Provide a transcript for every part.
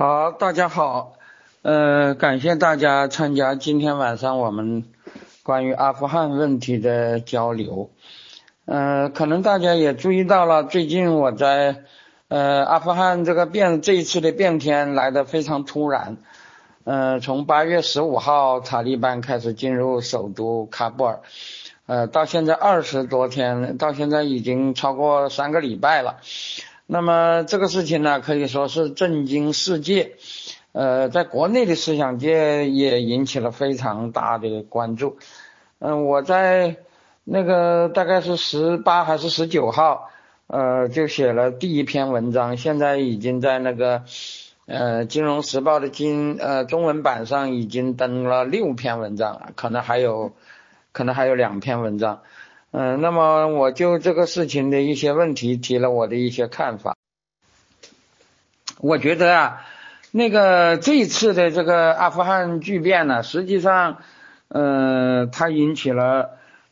好，大家好，感谢大家参加今天晚上我们关于阿富汗问题的交流。可能大家也注意到了，最近我在阿富汗这一次的变天来得非常突然。从8月15号塔利班开始进入首都喀布尔，到现在20多天，到现在已经超过3个礼拜了。那么这个事情呢，可以说是震惊世界，在国内的思想界也引起了非常大的关注。我在大概是18还是19号，就写了第一篇文章，现在已经在金融时报的中文版上已经登了6篇文章了，可能还有2篇文章。那么我就这个事情的一些问题提了我的一些看法。我觉得这一次的这个阿富汗巨变呢，实际上它引起了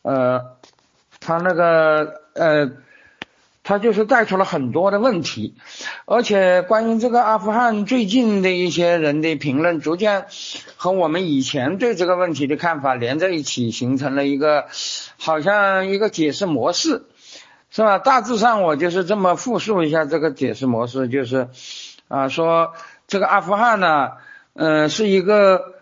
它就是带出了很多的问题，而且关于这个阿富汗最近的一些人的评论，逐渐和我们以前对这个问题的看法连在一起，形成了好像一个解释模式，是吧？大致上我就是这么复述一下这个解释模式，就是说这个阿富汗呢，是一个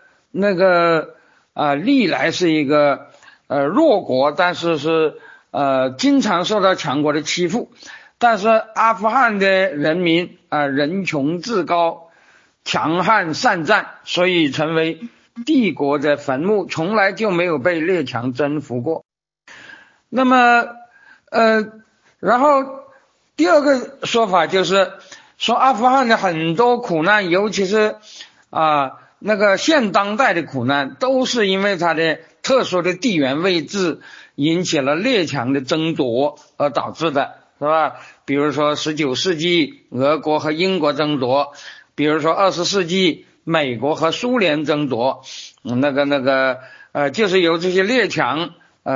历来是一个弱国，但是经常受到强国的欺负，但是阿富汗的人民人穷志高，强悍善战，所以成为帝国的坟墓，从来就没有被列强征服过。那么然后第二个说法就是说，阿富汗的很多苦难，尤其是现当代的苦难，都是因为它的特殊的地缘位置引起了列强的争夺而导致的，是吧？比如说19世纪俄国和英国争夺，比如说20世纪美国和苏联争夺，就是由这些列强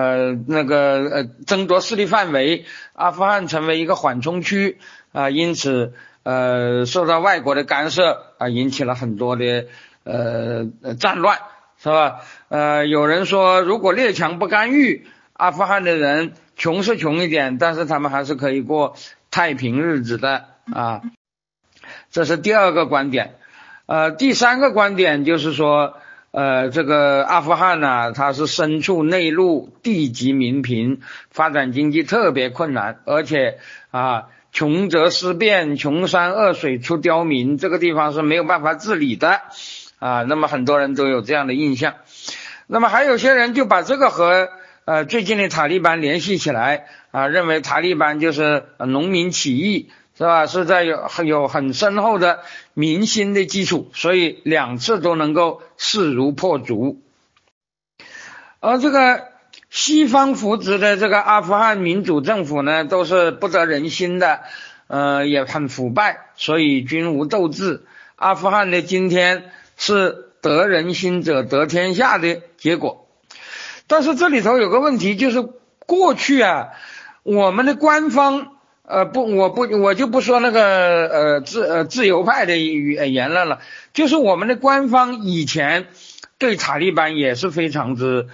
争夺势力范围，阿富汗成为一个缓冲区因此受到外国的干涉引起了很多的战乱，是吧？有人说，如果列强不干预，阿富汗的人穷是穷一点，但是他们还是可以过太平日子的这是第二个观点。第三个观点就是说，这个阿富汗呢，它是身处内陆，地级民贫，发展经济特别困难，而且穷则思变，穷山恶水出刁民，这个地方是没有办法治理的那么很多人都有这样的印象。那么还有些人就把这个和最近的塔利班联系起来认为塔利班就是农民起义，是吧？是在有很深厚的民心的基础，所以2次都能够势如破竹。而这个西方扶植的这个阿富汗民主政府呢，都是不得人心的，也很腐败，所以均无斗志。阿富汗的今天是得人心者得天下的结果。但是这里头有个问题，就是过去我们的官方我就不说自由派的言论了，就是我们的官方以前对塔利班也是非常之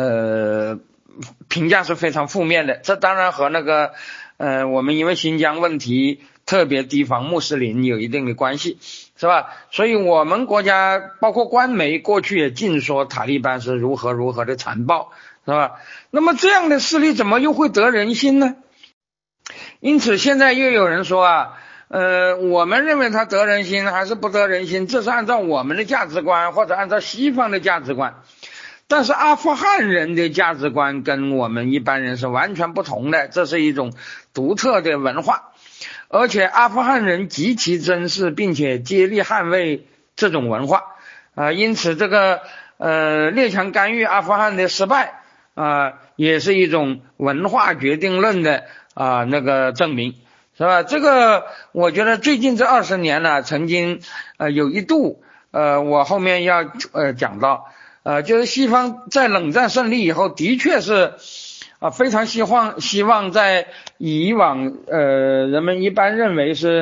评价是非常负面的。这当然和我们因为新疆问题特别提防穆斯林有一定的关系，是吧？所以我们国家包括官媒过去也尽说塔利班是如何的残暴，是吧？那么这样的势力怎么又会得人心呢？因此现在又有人说我们认为他得人心还是不得人心，这是按照我们的价值观或者按照西方的价值观，但是阿富汗人的价值观跟我们一般人是完全不同的，这是一种独特的文化，而且阿富汗人极其珍视并且竭力捍卫这种文化因此这个列强干预阿富汗的失败也是一种文化决定论的证明，是吧？这个我觉得最近这20年呢，曾经有一度我后面要讲到就是西方在冷战胜利以后的确是非常希望在以往人们一般认为是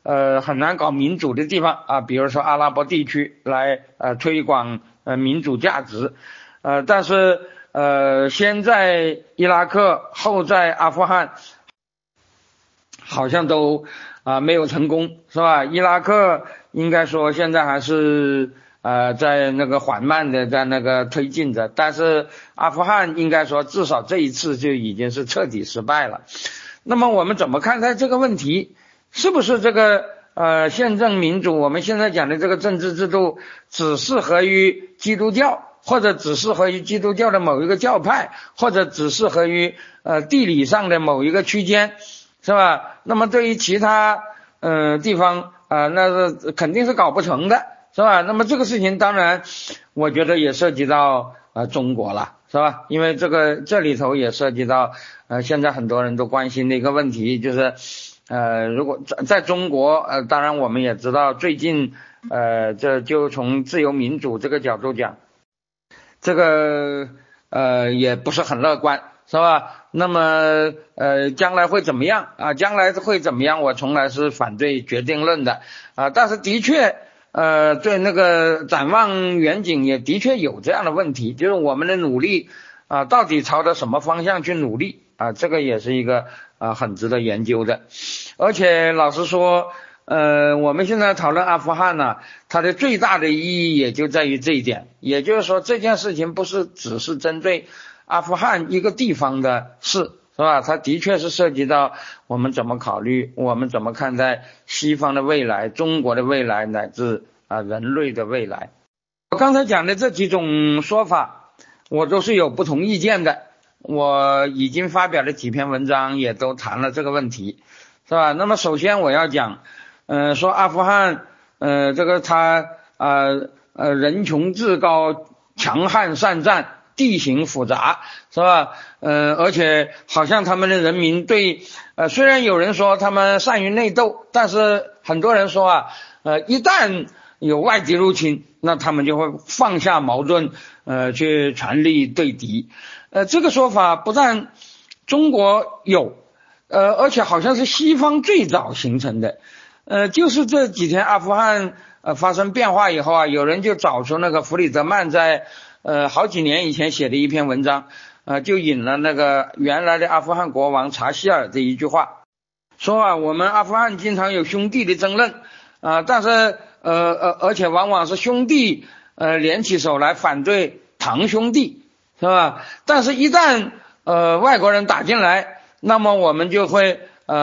很难搞民主的地方啊，比如说阿拉伯地区来推广民主价值，但是先在伊拉克后在阿富汗好像都没有成功，是吧？伊拉克应该说现在还是在那个缓慢的在那个推进着，但是阿富汗应该说至少这一次就已经是彻底失败了。那么我们怎么看待这个问题？是不是这个宪政民主我们现在讲的这个政治制度只适合于基督教，或者只适合于基督教的某一个教派，或者只适合于地理上的某一个区间，是吧？那么对于其他地方那是肯定是搞不成的，是吧？那么这个事情当然我觉得也涉及到中国了，是吧？因为这里头也涉及到现在很多人都关心的一个问题，就是如果在中国当然我们也知道最近这就从自由民主这个角度讲，这个也不是很乐观，是吧？那么将来会怎么样啊？将来会怎么样？我从来是反对决定论的但是的确对那个展望远景也的确有这样的问题，就是我们的努力到底朝着什么方向去努力这个也是一个很值得研究的。而且老实说我们现在讨论阿富汗呢，它的最大的意义也就在于这一点，也就是说这件事情不是只是针对阿富汗一个地方的事，是吧？它的确是涉及到我们怎么考虑，我们怎么看待西方的未来，中国的未来，乃至人类的未来。我刚才讲的这几种说法我都是有不同意见的，我已经发表了几篇文章也都谈了这个问题，是吧？那么首先我要讲说阿富汗这个它人穷志高，强悍善战，地形复杂，是吧？而且好像他们的人民对虽然有人说他们善于内斗，但是很多人说一旦有外敌入侵，那他们就会放下矛盾去全力对敌。这个说法不但中国有而且好像是西方最早形成的就是这几天阿富汗发生变化以后有人就找出那个弗里德曼在好几年以前写的一篇文章就引了那个原来的阿富汗国王查希尔这一句话，说我们阿富汗经常有兄弟的争论但是而且往往是兄弟联起手来反对堂兄弟，是吧？但是一旦外国人打进来，那么我们就会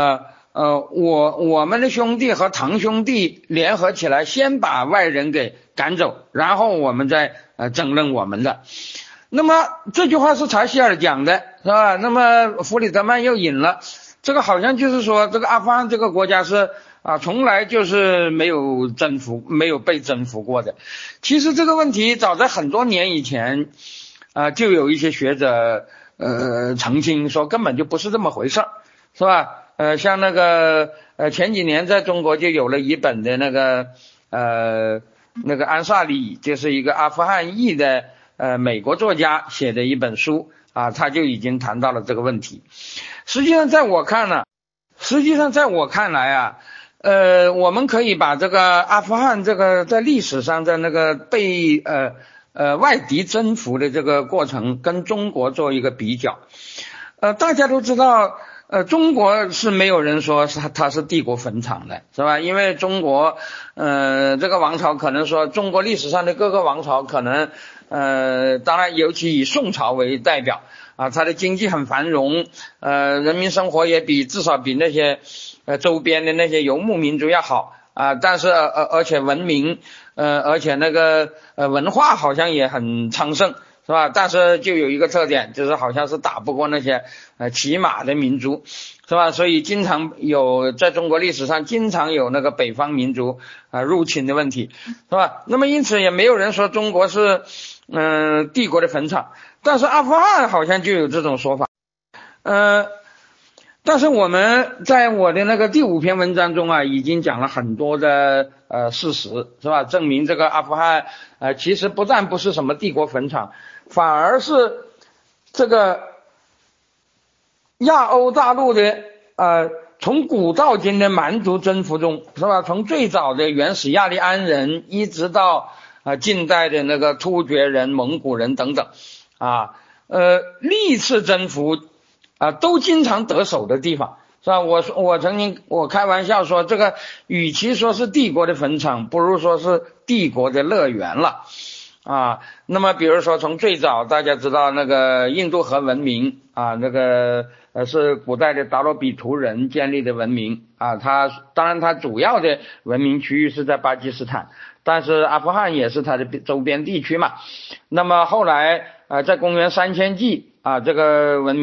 我们的兄弟和堂兄弟联合起来，先把外人给赶走，然后我们再争论我们的。那么这句话是查希尔讲的，是吧？那么弗里德曼又引了，这个好像就是说这个阿富汗这个国家是从来就是没有被征服过的。其实这个问题早在很多年以前就有一些学者澄清说根本就不是这么回事，是吧？像那个前几年在中国就有了一本的那个安萨里，就是一个阿富汗裔的美国作家写的一本书他就已经谈到了这个问题。实际上在我看来我们可以把这个阿富汗这个在历史上的那个被外敌征服的这个过程跟中国做一个比较。大家都知道中国是没有人说它是帝国坟场的，是吧？因为中国这个王朝可能说中国历史上的各个王朝可能当然尤其以宋朝为代表它的经济很繁荣人民生活也至少比那些周边的那些游牧民族要好但是而且文明而且那个文化好像也很昌盛，是吧？但是就有一个特点，就是好像是打不过那些骑马的民族，是吧？所以经常有在中国历史上经常有那个北方民族入侵的问题，是吧？那么因此也没有人说中国是帝国的坟场，但是阿富汗好像就有这种说法。但是我们在我的那个第5篇文章中已经讲了很多的事实，是吧？证明这个阿富汗其实不但不是什么帝国坟场，反而是这个亚欧大陆的从古到今的蛮族征服中，是吧？从最早的原始亚利安人，一直到近代的那个突厥人、蒙古人等等，历次征服都经常得手的地方，是吧？我曾经开玩笑说，这个与其说是帝国的坟场，不如说是帝国的乐园了。那么比如说从最早大家知道那个印度河文明那个是古代的达罗比图人建立的文明当然它主要的文明区域是在巴基斯坦，但是阿富汗也是它的周边地区嘛。那么后来在公元3000纪这个文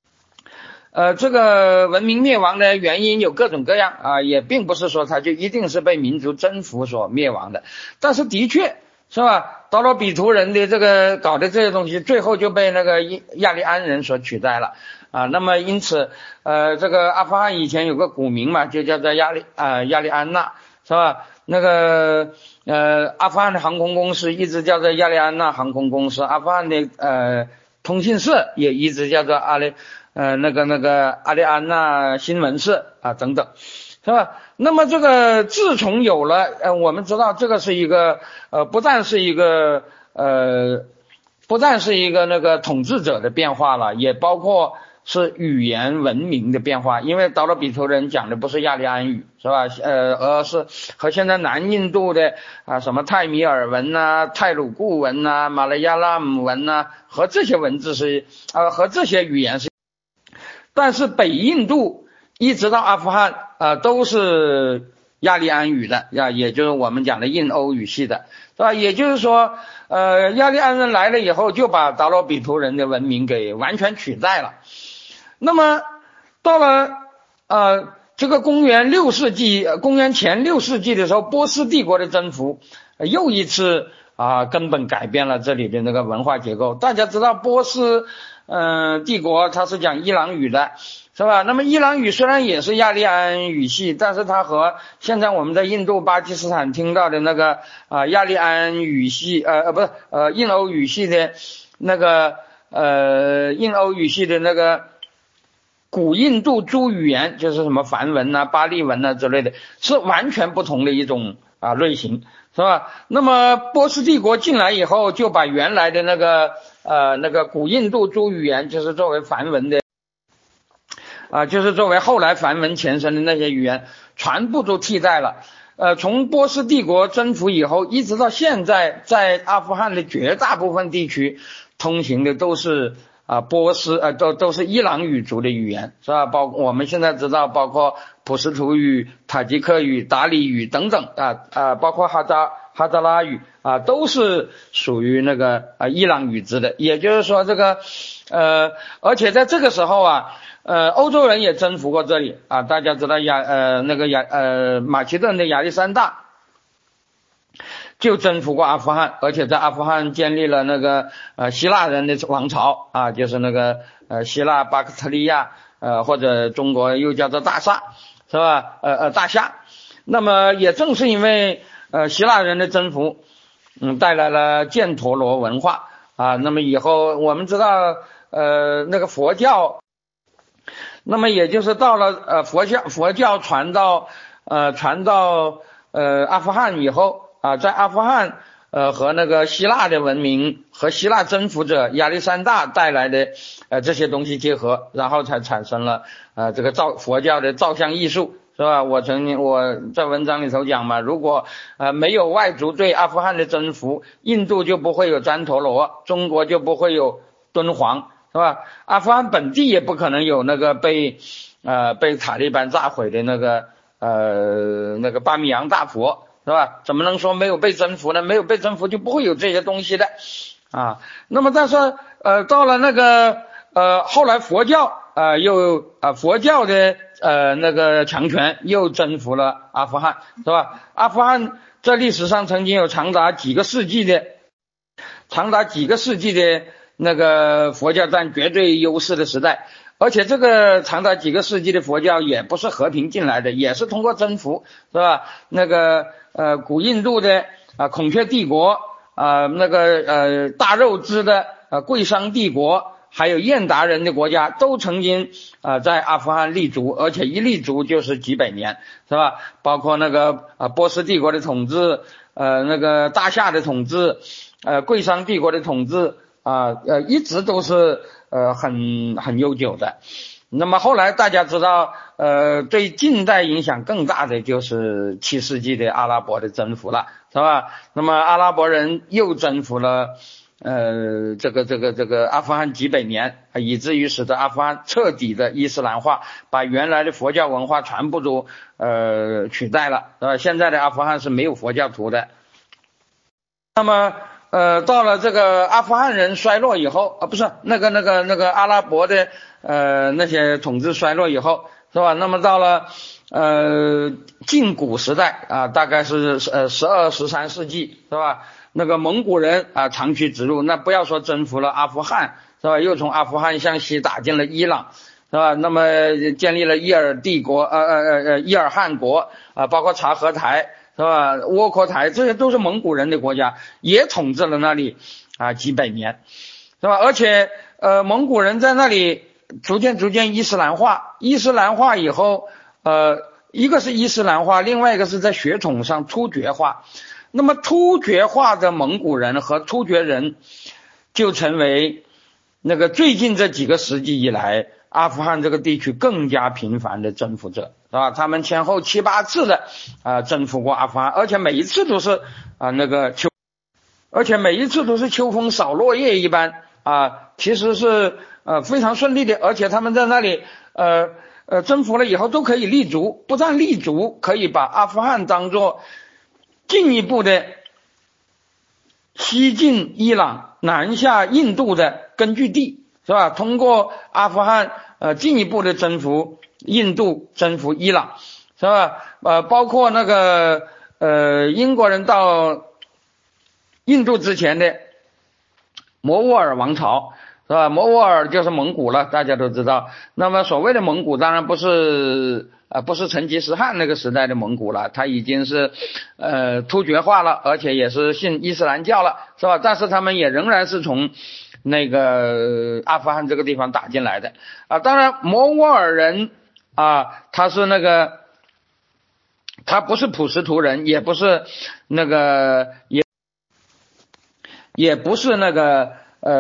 明灭亡的原因有各种各样也并不是说它就一定是被民族征服所灭亡的，但是的确是吧，达罗比图人的这个搞的这些东西最后就被那个亚利安人所取代了那么因此这个阿富汗以前有个古名嘛，就叫做亚利安纳，是吧？那个阿富汗的航空公司一直叫做亚利安纳航空公司，阿富汗的通信社也一直叫做阿利安纳新闻社等等，是吧？那么这个自从有了我们知道这个是一个不但是一个那个统治者的变化了，也包括是语言文明的变化，因为达罗比图人讲的不是亚利安语，是吧？而是和现在南印度的什么泰米尔文泰鲁固文马来亚拉姆文和这些文字是和这些语言是，但是北印度一直到阿富汗都是亚利安语的也就是我们讲的印欧语系的，是吧？也就是说亚利安人来了以后就把达罗比图人的文明给完全取代了。那么到了这个公元前6世纪的时候，波斯帝国的征服又一次根本改变了这里的那个文化结构。大家知道波斯帝国它是讲伊朗语的，是吧？那么伊朗语虽然也是亚利安语系，但是它和现在我们在印度巴基斯坦听到的那个亚利安语系印欧语系的那个古印度诸语言，就是什么梵文巴利文之类的，是完全不同的一种类型，是吧？那么波斯帝国进来以后，就把原来的那个古印度诸语言，就是作为梵文的就是作为后来梵文前身的那些语言全部都替代了。从波斯帝国征服以后一直到现在，在阿富汗的绝大部分地区通行的都是都是伊朗语族的语言，是吧？我们现在知道包括普什图语、塔吉克语、达里语等等包括哈扎拉语都是属于那个伊朗语支的。也就是说这个而且在这个时候欧洲人也征服过这里大家知道马其顿的亚历山大就征服过阿富汗，而且在阿富汗建立了那个希腊人的王朝就是那个希腊巴克特利亚或者中国又叫做大夏，是吧？大夏。那么也正是因为希腊人的征服带来了犍陀罗文化那么以后我们知道那个佛教，那么也就是到了佛教传到阿富汗以后在阿富汗和那个希腊的文明和希腊征服者亚历山大带来的这些东西结合，然后才产生了这个佛教的造像艺术，是吧？我在文章里头讲嘛，如果没有外族对阿富汗的征服，印度就不会有旃陀罗，中国就不会有敦煌，是吧？阿富汗本地也不可能有那个被塔利班炸毁的那个巴米扬大佛，是吧？怎么能说没有被征服呢？没有被征服就不会有这些东西的那么但是到了那个后来佛教佛教的那个强权又征服了阿富汗，是吧？阿富汗在历史上曾经有长达几个世纪的那个佛教占绝对优势的时代，而且这个长达几个世纪的佛教也不是和平进来的，也是通过征服，是吧？那个古印度的孔雀帝国那个大肉支的贵商帝国还有燕达人的国家都曾经在阿富汗立足，而且一立足就是几百年，是吧？包括那个波斯帝国的统治，那个大夏的统治，贵商帝国的统治一直都是很悠久的。那么后来大家知道，对近代影响更大的就是7世纪的阿拉伯的征服了，是吧？那么阿拉伯人又征服了这个阿富汗几百年，以至于使得阿富汗彻底的伊斯兰化，把原来的佛教文化全部都取代了，是吧？现在的阿富汗是没有佛教徒的。那么到了这个阿富汗人衰落以后，不是那个阿拉伯的那些统治衰落以后，是吧？那么到了近古时代大概是12、13世纪，是吧？那个蒙古人长驱直入，那不要说征服了阿富汗，是吧？又从阿富汗向西打进了伊朗，是吧？那么建立了伊尔帝国，伊尔汗国包括察合台，是吧？窝阔台，这些都是蒙古人的国家，也统治了那里几百年，是吧？而且蒙古人在那里逐渐伊斯兰化，伊斯兰化以后一个是伊斯兰化，另外一个是在血统上突厥化。那么突厥化的蒙古人和突厥人就成为那个最近这几个世纪以来阿富汗这个地区更加频繁的征服者，是吧？他们前后7、8次的征服过阿富汗，而且每一次都是秋风扫落叶一般其实是非常顺利的，而且他们在那里征服了以后都可以立足，不但立足，可以把阿富汗当作进一步的西进伊朗、南下印度的根据地，是吧？通过阿富汗进一步的征服印度、征服伊朗，是吧？包括那个英国人到印度之前的摩沃尔王朝，是吧？摩沃尔就是蒙古了，大家都知道。那么所谓的蒙古当然不是成吉思汗那个时代的蒙古了，他已经是突厥化了，而且也是信伊斯兰教了，是吧？但是他们也仍然是从那个阿富汗这个地方打进来的当然摩沃尔人他是他不是普什图人，也不是那个也不是那个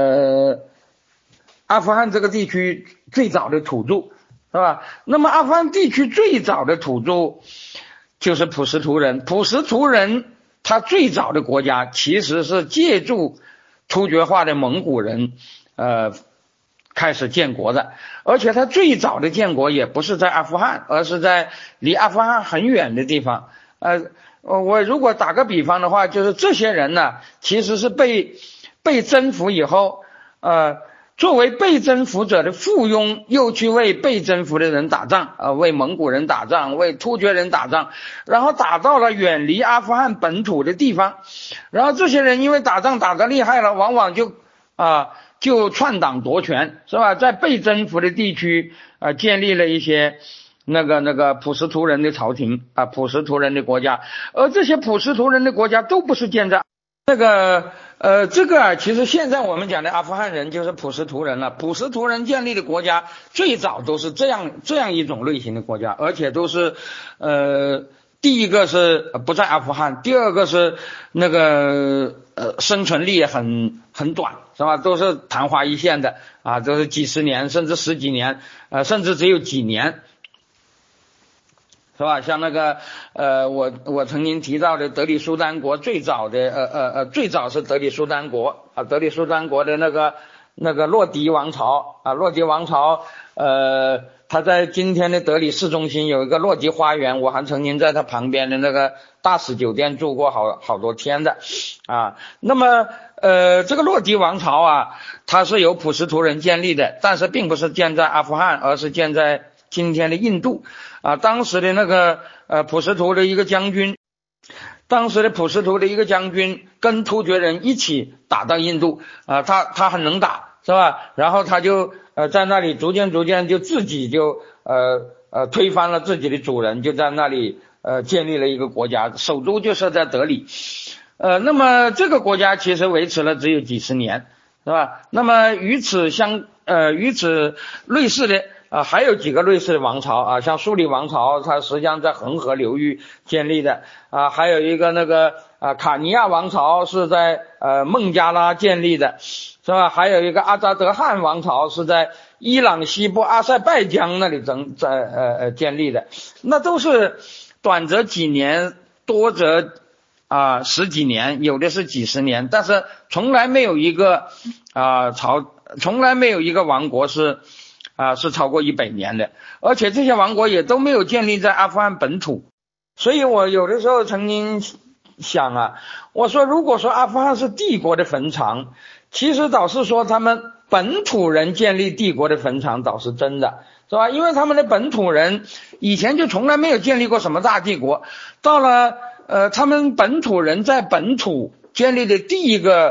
阿富汗这个地区最早的土著，是吧？那么阿富汗地区最早的土著就是普什图人。普什图人他最早的国家其实是借助突厥化的蒙古人开始建国的，而且他最早的建国也不是在阿富汗，而是在离阿富汗很远的地方。我如果打个比方的话，就是这些人呢其实是被征服以后作为被征服者的附庸，又去为被征服的人打仗为蒙古人打仗，为突厥人打仗，然后打到了远离阿富汗本土的地方，然后这些人因为打仗打得厉害了，往往就篡党夺权，是吧？在被征服的地区建立了一些那个普什图人的朝廷普什图人的国家，而这些普什图人的国家都不是建在这个其实现在我们讲的阿富汗人就是普什图人了。普什图人建立的国家最早都是这样一种类型的国家，而且都是第一个是不在阿富汗，第二个是那个生存力也很短，是吧？都是昙花一现的都是几十年甚至十几年甚至只有几年，是吧？像那个我曾经提到的德里苏丹国，最早是德里苏丹国德里苏丹国的那个洛迪王朝洛迪王朝他在今天的德里市中心有一个洛迪花园，我还曾经在他旁边的那个大使酒店住过好多天的那么这个洛迪王朝它是由普什图人建立的，但是并不是建在阿富汗，而是建在今天的印度当时的那个普什图的一个将军跟突厥人一起打到印度他很能打，是吧？然后他就在那里逐渐就自己就推翻了自己的主人，就在那里建立了一个国家，首都就设在德里那么这个国家其实维持了只有几十年，是是吧？那么与此类似的还有几个类似的王朝啊，像苏里王朝，它实际上在恒河流域建立的还有一个卡尼亚王朝是在孟加拉建立的，是吧？还有一个阿扎德汗王朝是在伊朗西部阿塞拜疆那里建立的，那都是短则几年，多则十几年，有的是几十年，但是从来没有一个从来没有一个王国是超过100年的，而且这些王国也都没有建立在阿富汗本土。所以我有的时候曾经想我说如果说阿富汗是帝国的坟场，其实倒是说他们本土人建立帝国的坟场倒是真的，是吧？因为他们的本土人以前就从来没有建立过什么大帝国，到了他们本土人在本土建立的第一个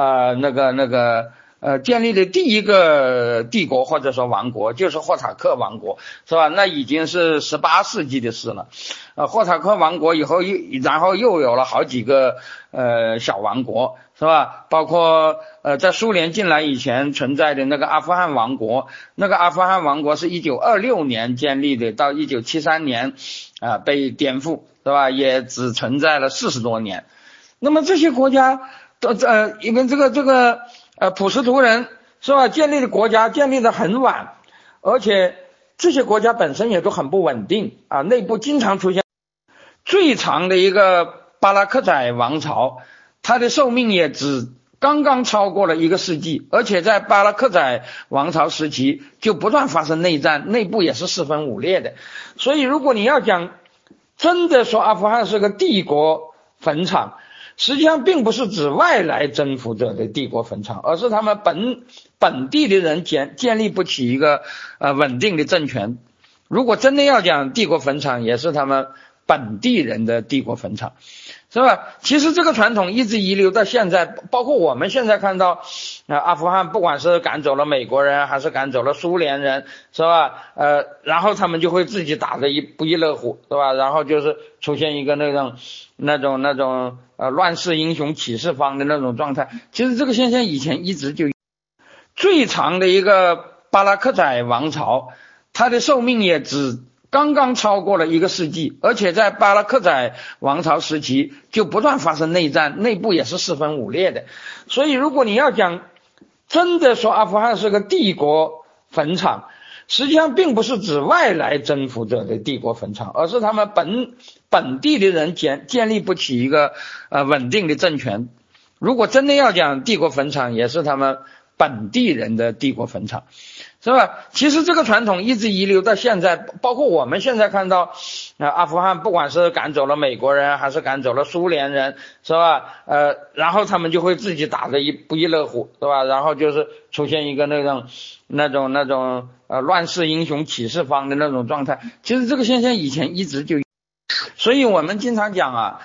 建立的第一个帝国或者说王国就是霍塔克王国，是吧？那已经是18世纪的事了。霍塔克王国以后然后又有了好几个小王国，是吧？包括在苏联进来以前存在的那个阿富汗王国，那个阿富汗王国是1926年建立的，到1973年被颠覆，是吧？也只存在了40多年。那么这些国家因为这个普什图人，是吧？建立的国家建立的很晚，而且这些国家本身也都很不稳定内部经常出现。最长的一个巴拉克宰王朝，它的寿命也只刚刚超过了1个世纪，而且在巴拉克宰王朝时期就不断发生内战，内部也是四分五裂的。所以如果你要讲真的说阿富汗是个帝国坟场，实际上并不是指外来征服者的帝国坟场，而是他们本地的人建立不起一个稳定的政权。如果真的要讲帝国坟场，也是他们本地人的帝国坟场，是吧？其实这个传统一直遗留到现在，包括我们现在看到阿富汗不管是赶走了美国人还是赶走了苏联人，是吧？然后他们就会自己打得不亦乐乎，是吧？然后就是出现一个那种乱世英雄起四方的那种状态。其实这个现象以前一直就最长的一个巴拉克宰王朝，它的寿命也只刚刚超过了1个世纪，而且在巴拉克宰王朝时期就不断发生内战，内部也是四分五裂的。所以如果你要讲真的说阿富汗是个帝国坟场，实际上并不是指外来征服者的帝国坟场，而是他们本地的人建立不起一个稳定的政权。如果真的要讲帝国坟场，也是他们本地人的帝国坟场，是吧？其实这个传统一直遗留到现在，包括我们现在看到阿富汗不管是赶走了美国人还是赶走了苏联人，是吧？然后他们就会自己打得不亦乐乎，是吧？然后就是出现一个那种乱世英雄起四方的那种状态。其实这个现象以前一直就所以我们经常讲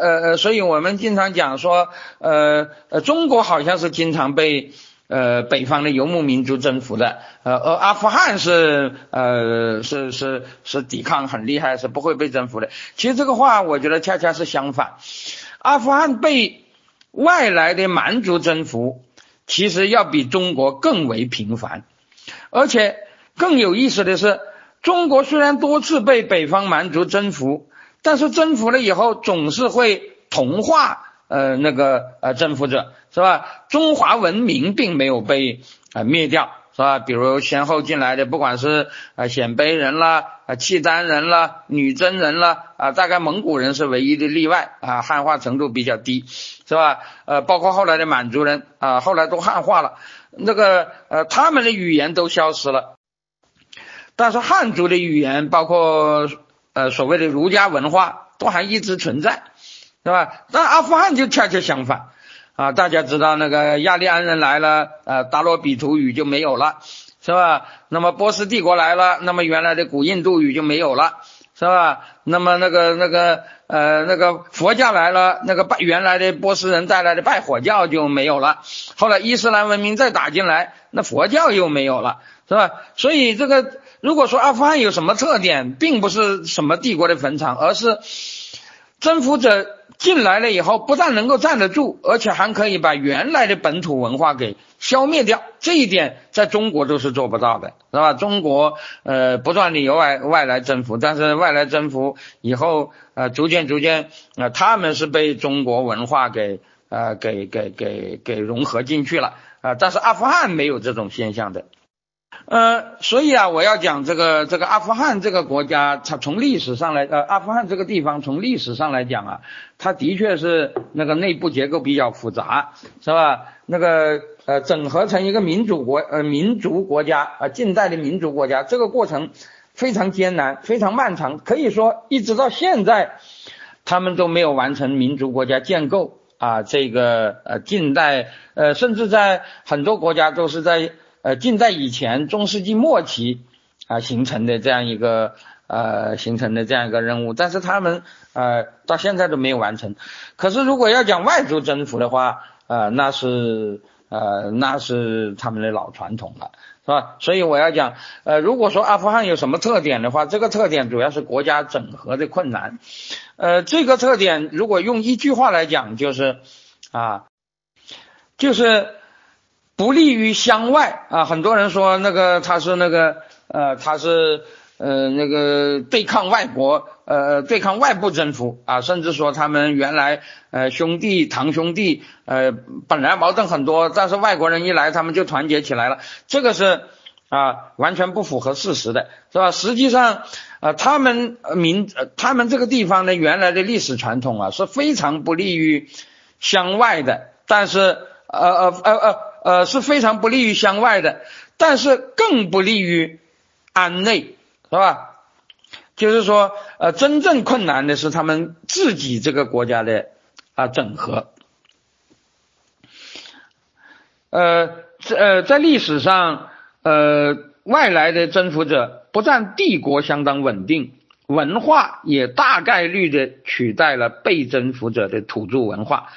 说中国好像是经常被北方的游牧民族征服的，而阿富汗是抵抗很厉害，是不会被征服的。其实这个话我觉得恰恰是相反，阿富汗被外来的蛮族征服，其实要比中国更为频繁，而且更有意思的是，中国虽然多次被北方蛮族征服，但是征服了以后总是会同化征服者，是吧？中华文明并没有被灭掉，是吧？比如先后进来的不管是鲜卑人啦、契丹人啦、女真人啦大概蒙古人是唯一的例外汉化程度比较低，是吧？包括后来的满族人后来都汉化了，他们的语言都消失了，但是汉族的语言包括所谓的儒家文化都还一直存在，是吧？但阿富汗就恰恰相反大家知道那个亚利安人来了达罗比图语就没有了，是吧？那么波斯帝国来了，那么原来的古印度语就没有了，是吧？那么那个佛教来了，原来的波斯人带来的拜火教就没有了，后来伊斯兰文明再打进来，那佛教又没有了，是吧？所以如果说阿富汗有什么特点，并不是什么帝国的坟场，而是征服者进来了以后，不但能够站得住，而且还可以把原来的本土文化给消灭掉。这一点在中国都是做不到的，是吧？中国不断的有外来征服，但是外来征服以后逐渐他们是被中国文化给融合进去了但是阿富汗没有这种现象的。所以我要讲这个阿富汗这个国家，它从历史上来阿富汗这个地方从历史上来讲它的确是那个内部结构比较复杂，是吧？那个整合成一个民族国家近代的民族国家，这个过程非常艰难，非常漫长，可以说一直到现在他们都没有完成民族国家建构这个近代甚至在很多国家都是在近代以前中世纪末期形成的这样一个任务，但是他们到现在都没有完成。可是如果要讲外族征服的话那是他们的老传统了，是吧？所以我要讲如果说阿富汗有什么特点的话，这个特点主要是国家整合的困难。这个特点如果用一句话来讲，就是不利于襄外很多人说他是对抗外国对抗外部征服甚至说他们原来堂兄弟本来矛盾很多，但是外国人一来他们就团结起来了，这个是完全不符合事实的，是吧？实际上他们这个地方的原来的历史传统是非常不利于襄外的，但是是非常不利于襄外的，但是更不利于安内，是吧？就是说真正困难的是他们自己这个国家的整合。在历史上外来的征服者不但帝国相当稳定，文化也大概率的取代了被征服者的土著文化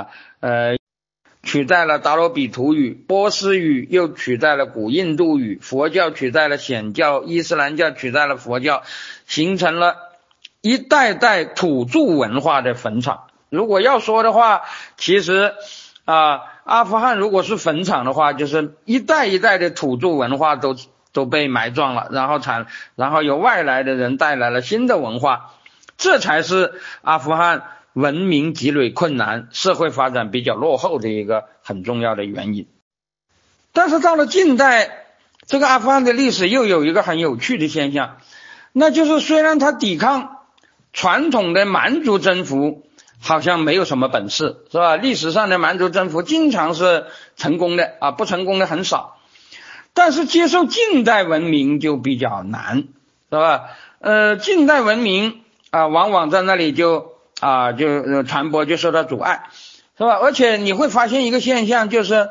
取代了达罗比图语，波斯语又取代了古印度语，佛教取代了显教，伊斯兰教取代了佛教，形成了一代代土著文化的坟场。如果要说的话，其实阿富汗如果是坟场的话，就是一代一代的土著文化都被埋葬了，然后由外来的人带来了新的文化，这才是阿富汗文明积累困难，社会发展比较落后的一个很重要的原因。但是到了近代，这个阿富汗的历史又有一个很有趣的现象，那就是虽然他抵抗传统的蛮族征服好像没有什么本事，是吧？历史上的蛮族征服经常是成功的不成功的很少，但是接受近代文明就比较难，是吧？近代文明往往在那里就传播就受到阻碍，是吧？而且你会发现一个现象，就是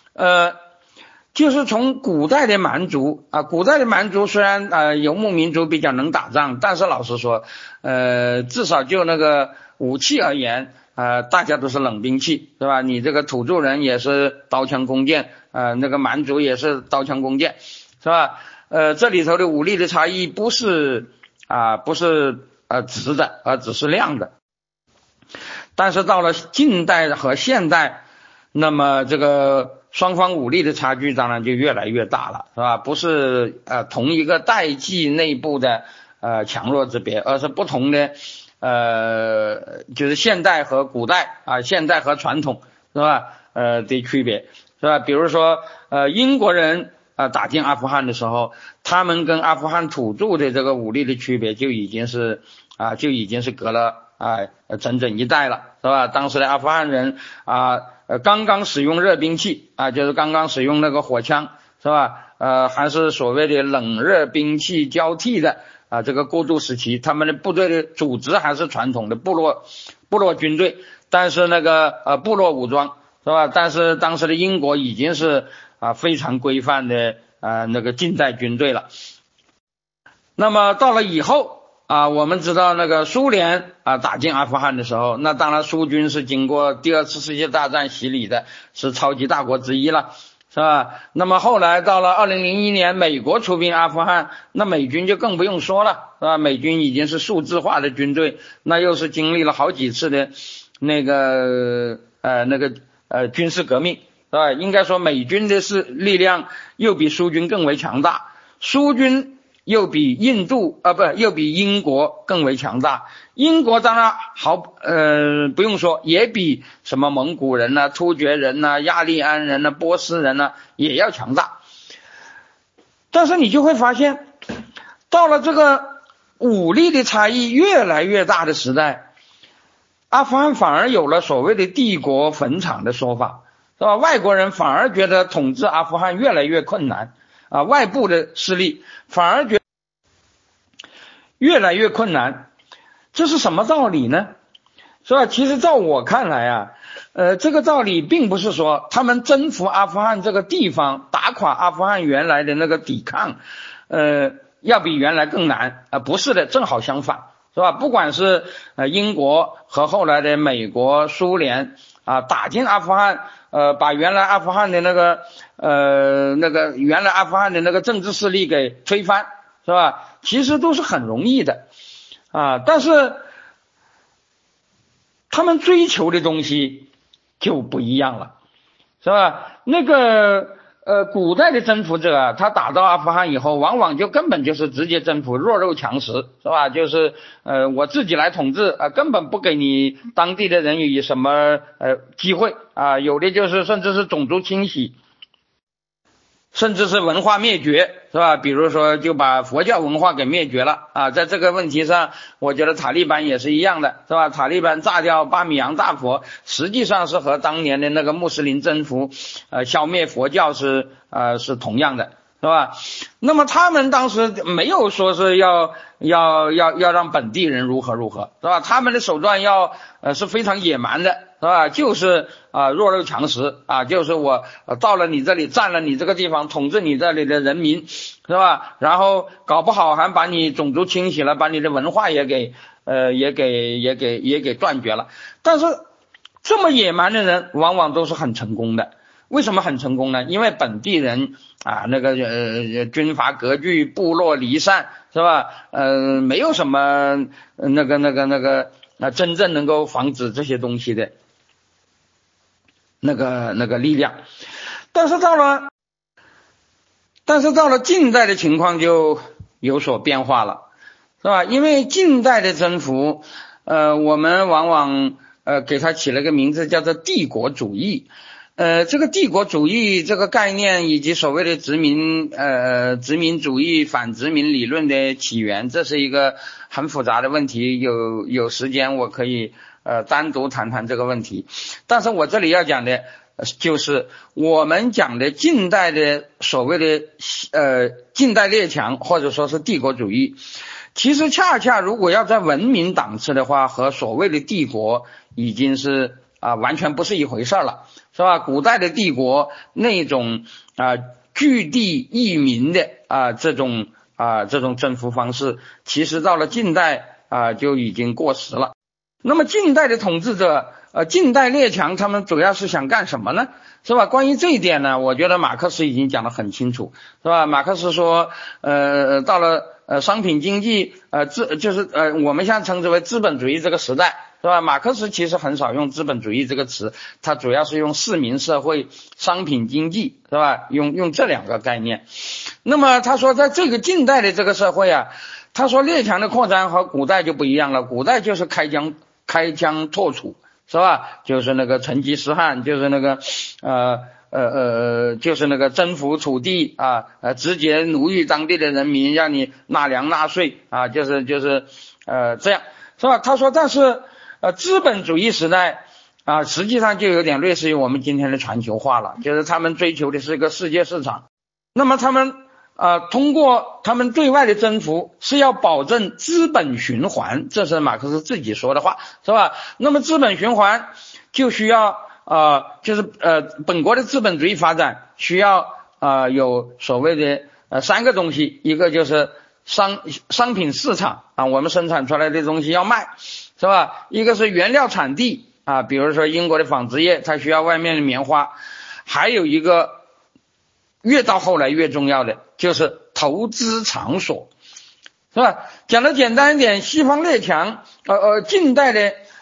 从古代的蛮族古代的蛮族虽然游牧民族比较能打仗，但是老实说至少就那个武器而言大家都是冷兵器，是吧？你这个土著人也是刀枪弓箭那个蛮族也是刀枪弓箭，是吧？这里头的武力的差异不是直的，而只是亮的。但是到了近代和现代，那么这个双方武力的差距当然就越来越大了，是吧？不是同一个代际内部的强弱之别，而是不同的就是现代和古代现代和传统，是吧？的区别，是吧？比如说英国人打进阿富汗的时候，他们跟阿富汗土著的这个武力的区别就已经是隔了整整一代了，是吧？当时的阿富汗人刚刚使用热兵器就是刚刚使用那个火枪，是吧？还是所谓的冷热兵器交替的这个过渡时期，他们的部队的组织还是传统的部落军队，但是那个部落武装，是吧？但是当时的英国已经是非常规范的那个近代军队了。那么到了以后我们知道那个苏联打进阿富汗的时候，那当然苏军是经过第二次世界大战洗礼的，是超级大国之一了， 是吧？那么后来到了2001年，美国出兵阿富汗，那美军就更不用说了，是吧？美军已经是数字化的军队，那又是经历了好几次的军事革命，是吧？应该说美军的力量又比苏军更为强大，苏军又比又比英国更为强大。英国当然不用说，也比什么蒙古人呐、突厥人呐、亚利安人呐、波斯人呐也要强大。但是你就会发现，到了这个武力的差异越来越大的时代，阿富汗反而有了所谓的帝国坟场的说法，是吧？外国人反而觉得统治阿富汗越来越困难啊，外部的势力反而觉得越来越困难。这是什么道理呢？是吧？其实照我看来啊，这个道理并不是说他们征服阿富汗这个地方，打垮阿富汗原来的那个抵抗，要比原来更难啊，不是的，正好相反，是吧？不管是英国和后来的美国、苏联啊，打进阿富汗，把原来阿富汗的原来阿富汗的那个政治势力给推翻，是吧？其实都是很容易的啊，但是他们追求的东西就不一样了，是吧？古代的征服者啊，他打到阿富汗以后，往往就根本就是直接征服，弱肉强食，是吧？就是我自己来统治根本不给你当地的人以什么机会啊，有的就是甚至是种族清洗，甚至是文化灭绝，是吧？比如说就把佛教文化给灭绝了啊，在这个问题上我觉得塔利班也是一样的，是吧？塔利班炸掉巴米扬大佛，实际上是和当年的那个穆斯林征服消灭佛教是同样的，是吧？那么他们当时没有说是要让本地人如何，是吧？他们的手段是非常野蛮的，是吧？就是弱肉强食啊，就是我到了你这里，占了你这个地方，统治你这里的人民，是吧？然后搞不好还把你种族清洗了，把你的文化也给断绝了。但是这么野蛮的人往往都是很成功的。为什么很成功呢？因为本地人军阀割据，部落离散，是吧？没有什么真正能够防止这些东西的那个力量。但是到了近代的情况就有所变化了，是吧？因为近代的征服我们往往给它起了个名字叫做帝国主义。这个帝国主义这个概念以及所谓的殖民主义、反殖民理论的起源，这是一个很复杂的问题，有时间我可以单独谈谈这个问题。但是我这里要讲的就是我们讲的近代的所谓的近代列强或者说是帝国主义，其实恰恰如果要在文明档次的话，和所谓的帝国已经是完全不是一回事了，是吧？古代的帝国那种据地易民的这种征服方式，其实到了近代就已经过时了。那么近代的统治者近代列强他们主要是想干什么呢？是吧？关于这一点呢，我觉得马克思已经讲得很清楚，是吧？马克思说到了商品经济我们现在称之为资本主义这个时代，是吧？马克思其实很少用资本主义这个词，他主要是用市民社会、商品经济，是吧？用这两个概念。那么他说在这个近代的这个社会他说列强的扩张和古代就不一样了，古代就是开疆拓土，是吧？就是那个成吉思汗，就是那个就是那个征服土地直接奴役当地的人民，让你纳粮纳税就是这样，是吧？他说但是资本主义时代实际上就有点类似于我们今天的全球化了，就是他们追求的是一个世界市场。那么他们通过他们对外的征服是要保证资本循环，这是马克思自己说的话，是吧？那么资本循环就需要本国的资本主义发展需要有所谓的三个东西，一个就是商品市场我们生产出来的东西要卖，是吧？一个是原料产地比如说英国的纺织业它需要外面的棉花，还有一个越到后来越重要的就是投资场所，是吧？讲的简单一点，西方列强，近代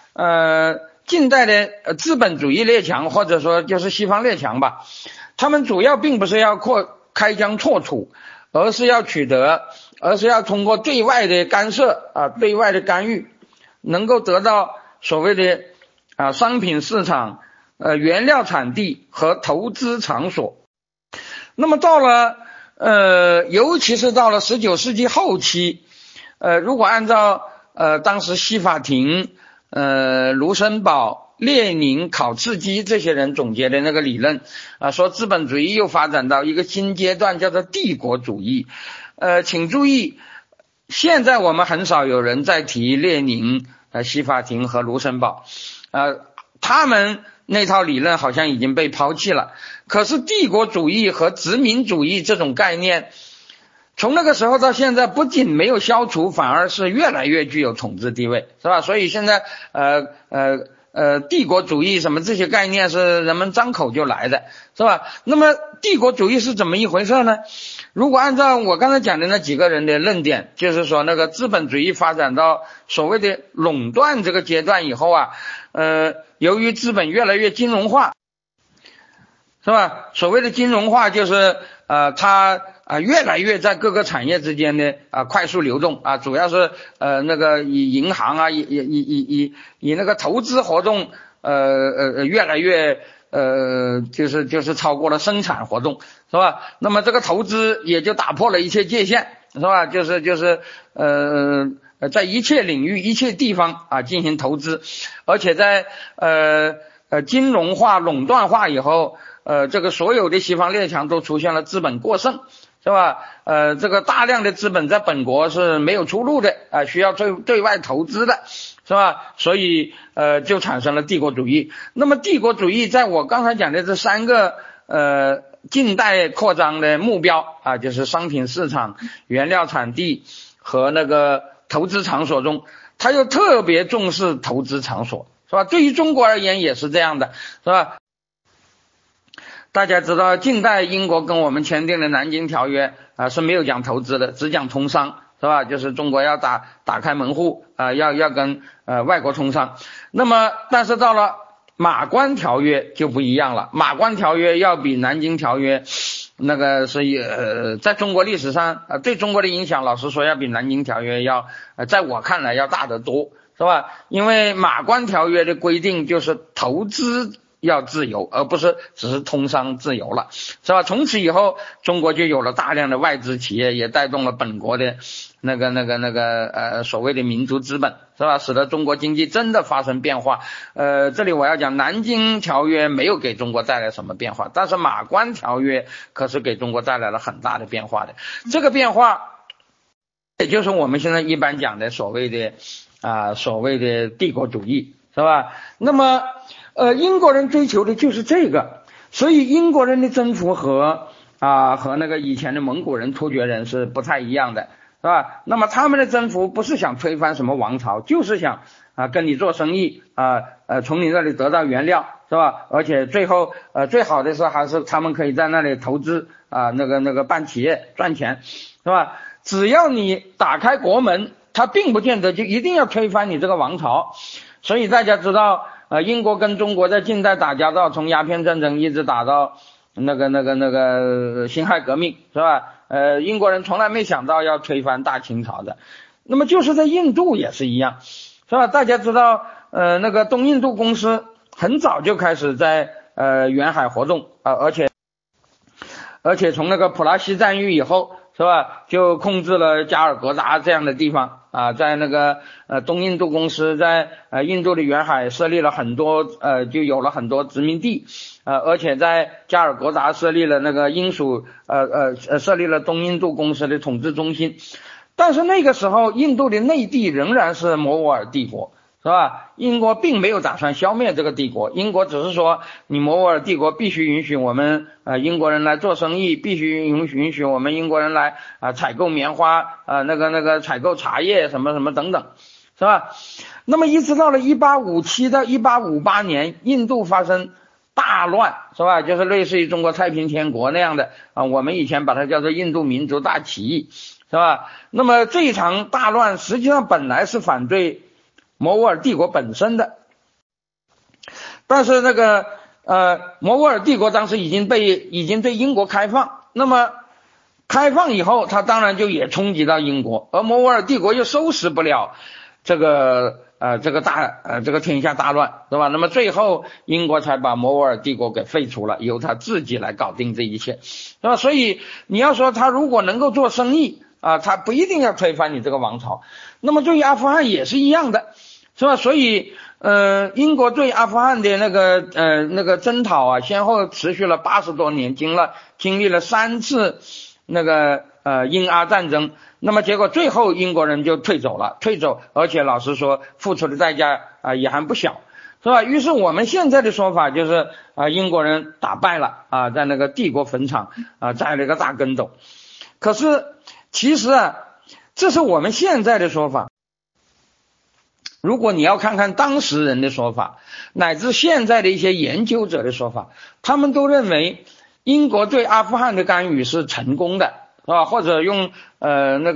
的资本主义列强，或者说就是西方列强吧，他们主要并不是要开疆拓土，而是要通过对外的干涉对外的干预，能够得到所谓的商品市场、原料产地和投资场所。那么到了尤其是到了19世纪后期，如果按照当时西法庭、卢森堡、列宁、考茨基这些人总结的那个理论说资本主义又发展到一个新阶段，叫做帝国主义。请注意，现在我们很少有人在提列宁、西法庭和卢森堡，他们那套理论好像已经被抛弃了。可是帝国主义和殖民主义这种概念从那个时候到现在不仅没有消除，反而是越来越具有统治地位，是吧？所以现在帝国主义什么这些概念是人们张口就来的，是吧？那么帝国主义是怎么一回事呢？如果按照我刚才讲的那几个人的论点，就是说那个资本主义发展到所谓的垄断这个阶段以后由于资本越来越金融化，是吧？所谓的金融化就是它越来越在各个产业之间的快速流动主要是那个以银行以那个投资活动越来越就是超过了生产活动，是吧？那么这个投资也就打破了一切界限，是吧？就是在一切领域一切地方进行投资，而且在金融化垄断化以后这个所有的西方列强都出现了资本过剩，是吧？这个大量的资本在本国是没有出路的需要对外投资的，是吧？所以就产生了帝国主义。那么帝国主义在我刚才讲的这三个近代扩张的目标就是商品市场、原料产地和那个投资场所中，它又特别重视投资场所，是吧？对于中国而言也是这样的，是吧？大家知道近代英国跟我们签订的南京条约是没有讲投资的，只讲通商，是吧？就是中国要打开门户要跟外国通商。那么但是到了马关条约就不一样了，马关条约要比南京条约那个是在中国历史上对中国的影响，老实说要比南京条约要在我看来要大得多，是吧？因为马关条约的规定就是投资要自由，而不是只是通商自由了，是吧？从此以后中国就有了大量的外资企业，也带动了本国的那个所谓的民族资本，是吧？使得中国经济真的发生变化。这里我要讲南京条约没有给中国带来什么变化，但是马关条约可是给中国带来了很大的变化的。这个变化也就是我们现在一般讲的所谓的帝国主义，是吧？那么英国人追求的就是这个，所以英国人的征服和那个以前的蒙古人、突厥人是不太一样的，是吧？那么他们的征服不是想推翻什么王朝，就是想跟你做生意从你那里得到原料，是吧？而且最后最好的是还是他们可以在那里投资那个办企业赚钱，是吧？只要你打开国门，他并不见得就一定要推翻你这个王朝。所以大家知道英国跟中国在近代打交道，从鸦片战争一直打到那个辛亥革命，是吧？英国人从来没想到要推翻大清朝的。那么就是在印度也是一样，是吧？大家知道那个东印度公司很早就开始在远海活动而且从那个普拉西战役以后，是吧？就控制了加尔各答这样的地方在那个东印度公司在印度的远海设立了很多就有了很多殖民地而且在加尔各答设立了那个设立了东印度公司的统治中心。但是那个时候印度的内地仍然是摩沃尔帝国，是吧？英国并没有打算消灭这个帝国，英国只是说你摩沃尔帝国必须允许我们英国人来做生意，必须允许我们英国人来采购棉花那个采购茶叶什么什么等等，是吧？那么一直到了1857到1858年印度发生大乱，是吧？就是类似于中国太平天国那样的啊，我们以前把它叫做印度民族大起义，是吧？那么这一场大乱实际上本来是反对摩沃尔帝国本身的，但是那个摩沃尔帝国当时已经对英国开放，那么开放以后，它当然就也冲击到英国，而摩沃尔帝国又收拾不了这个天下大乱，对吧？那么最后英国才把摩沃尔帝国给废除了，由他自己来搞定这一切，对吧？所以你要说他如果能够做生意啊，他不一定要推翻你这个王朝。那么对于阿富汗也是一样的，是吧？所以英国对阿富汗的那个征讨啊，先后持续了80多年，经历了3次那个英阿战争。那么结果最后英国人就退走，而且老实说付出的代价也还不小，是吧？于是我们现在的说法就是英国人打败了在那个帝国坟场栽了一个大跟斗。可是其实这是我们现在的说法，如果你要看看当时人的说法，乃至现在的一些研究者的说法，他们都认为英国对阿富汗的干预是成功的，是吧？或者用我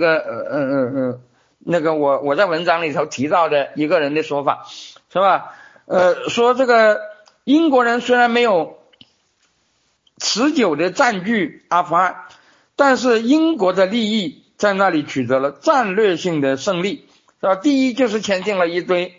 在文章里头提到的一个人的说法，是吧？说这个英国人虽然没有持久的占据阿富汗，但是英国的利益在那里取得了战略性的胜利，是吧？第一就是签订了一堆，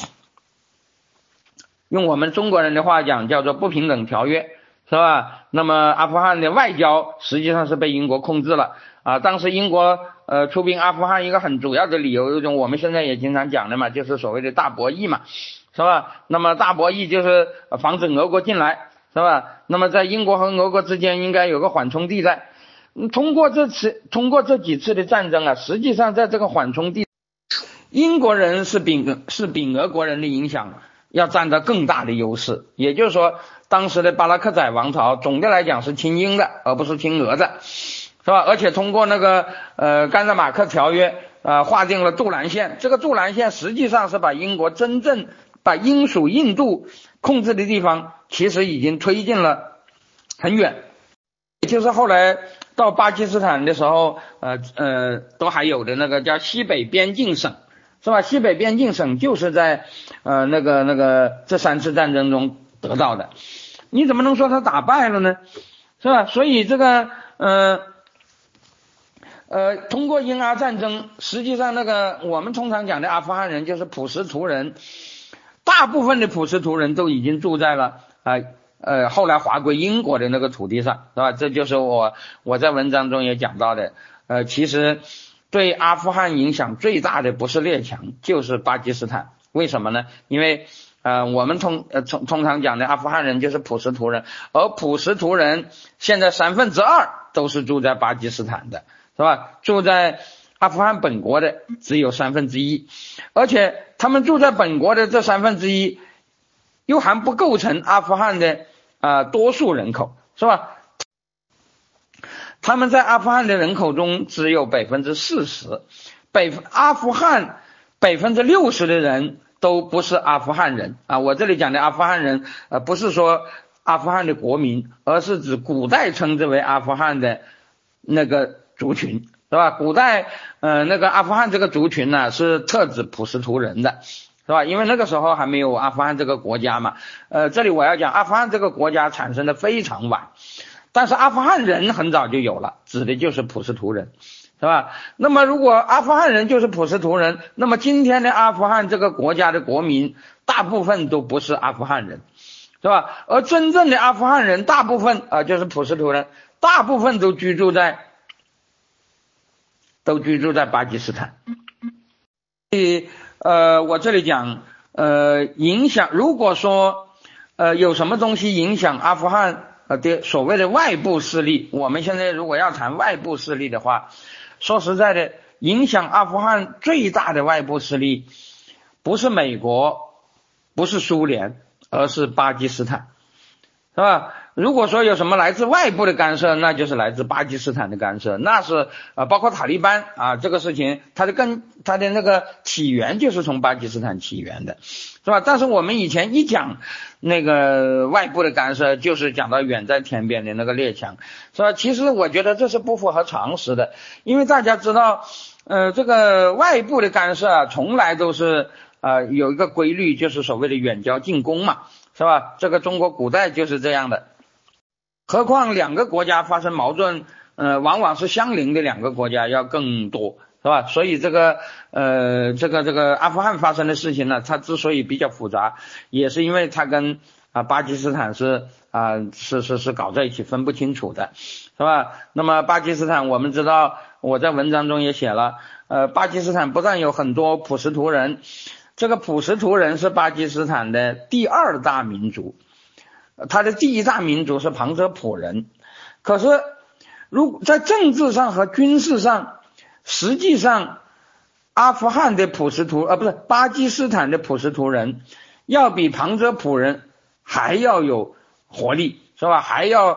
用我们中国人的话讲叫做不平等条约，是吧？那么阿富汗的外交实际上是被英国控制了当时英国出兵阿富汗一个很主要的理由，有一种我们现在也经常讲的嘛，就是所谓的大博弈嘛，是吧？那么大博弈就是防止俄国进来，是吧？那么在英国和俄国之间应该有个缓冲地带。通过这几次的战争实际上在这个缓冲地，英国人是比俄国人的影响要占到更大的优势。也就是说，当时的巴拉克宰王朝总的来讲是亲英的，而不是亲俄的，是吧？而且通过那个甘勒马克条约划定了杜兰线，这个杜兰线实际上是把英国真正把英属印度控制的地方其实已经推进了很远，也就是后来到巴基斯坦的时候都还有的那个叫西北边境省，是吧？西北边境省就是在这3次战争中得到的，你怎么能说他打败了呢？是吧？所以这个通过英阿战争，实际上我们通常讲的阿富汗人就是普什图人，大部分的普什图人都已经住在了后来划归英国的那个土地上，是吧？这就是我在文章中也讲到的，其实对阿富汗影响最大的不是列强，就是巴基斯坦。为什么呢？因为我们通常讲的阿富汗人就是普什图人，而普什图人现在2/3都是住在巴基斯坦的，是吧？住在阿富汗本国的只有1/3，而且他们住在本国的这1/3又还不构成阿富汗的多数人口，是吧？他们在阿富汗的人口中只有40%，阿富汗60%的人都不是阿富汗人我这里讲的阿富汗人不是说阿富汗的国民，而是指古代称之为阿富汗的那个族群，是吧？古代阿富汗这个族群呢是特指普什图人的，是吧？因为那个时候还没有阿富汗这个国家嘛。这里我要讲阿富汗这个国家产生的非常晚，但是阿富汗人很早就有了，指的就是普什图人，是吧？那么如果阿富汗人就是普什图人，那么今天的阿富汗这个国家的国民大部分都不是阿富汗人，是吧？而真正的阿富汗人大部分就是普什图人，大部分都居住在巴基斯坦。所以我这里讲影响，如果说有什么东西影响阿富汗的所谓的外部势力，我们现在如果要谈外部势力的话，说实在的，影响阿富汗最大的外部势力不是美国，不是苏联，而是巴基斯坦，是吧？ 如果说有什么来自外部的干涉，那就是来自巴基斯坦的干涉，那是包括塔利班啊，这个事情它的那个起源就是从巴基斯坦起源的，是吧？但是我们以前一讲那个外部的干涉，就是讲到远在天边的那个列强，是吧？其实我觉得这是不符合常识的，因为大家知道这个外部的干涉啊，从来都是有一个规律，就是所谓的远交近攻嘛，是吧？这个中国古代就是这样的。何况两个国家发生矛盾，往往是相邻的两个国家要更多，是吧？所以这个阿富汗发生的事情呢，它之所以比较复杂，也是因为它跟巴基斯坦是搞在一起分不清楚的，是吧？那么巴基斯坦我们知道，我在文章中也写了，巴基斯坦不但有很多普什图人，这个普什图人是巴基斯坦的第二大民族。他的第一大民族是旁遮普人，可是在政治上和军事上，实际上阿富汗的普什图不是巴基斯坦的普什图人要比旁遮普人还要有活力，是吧？还要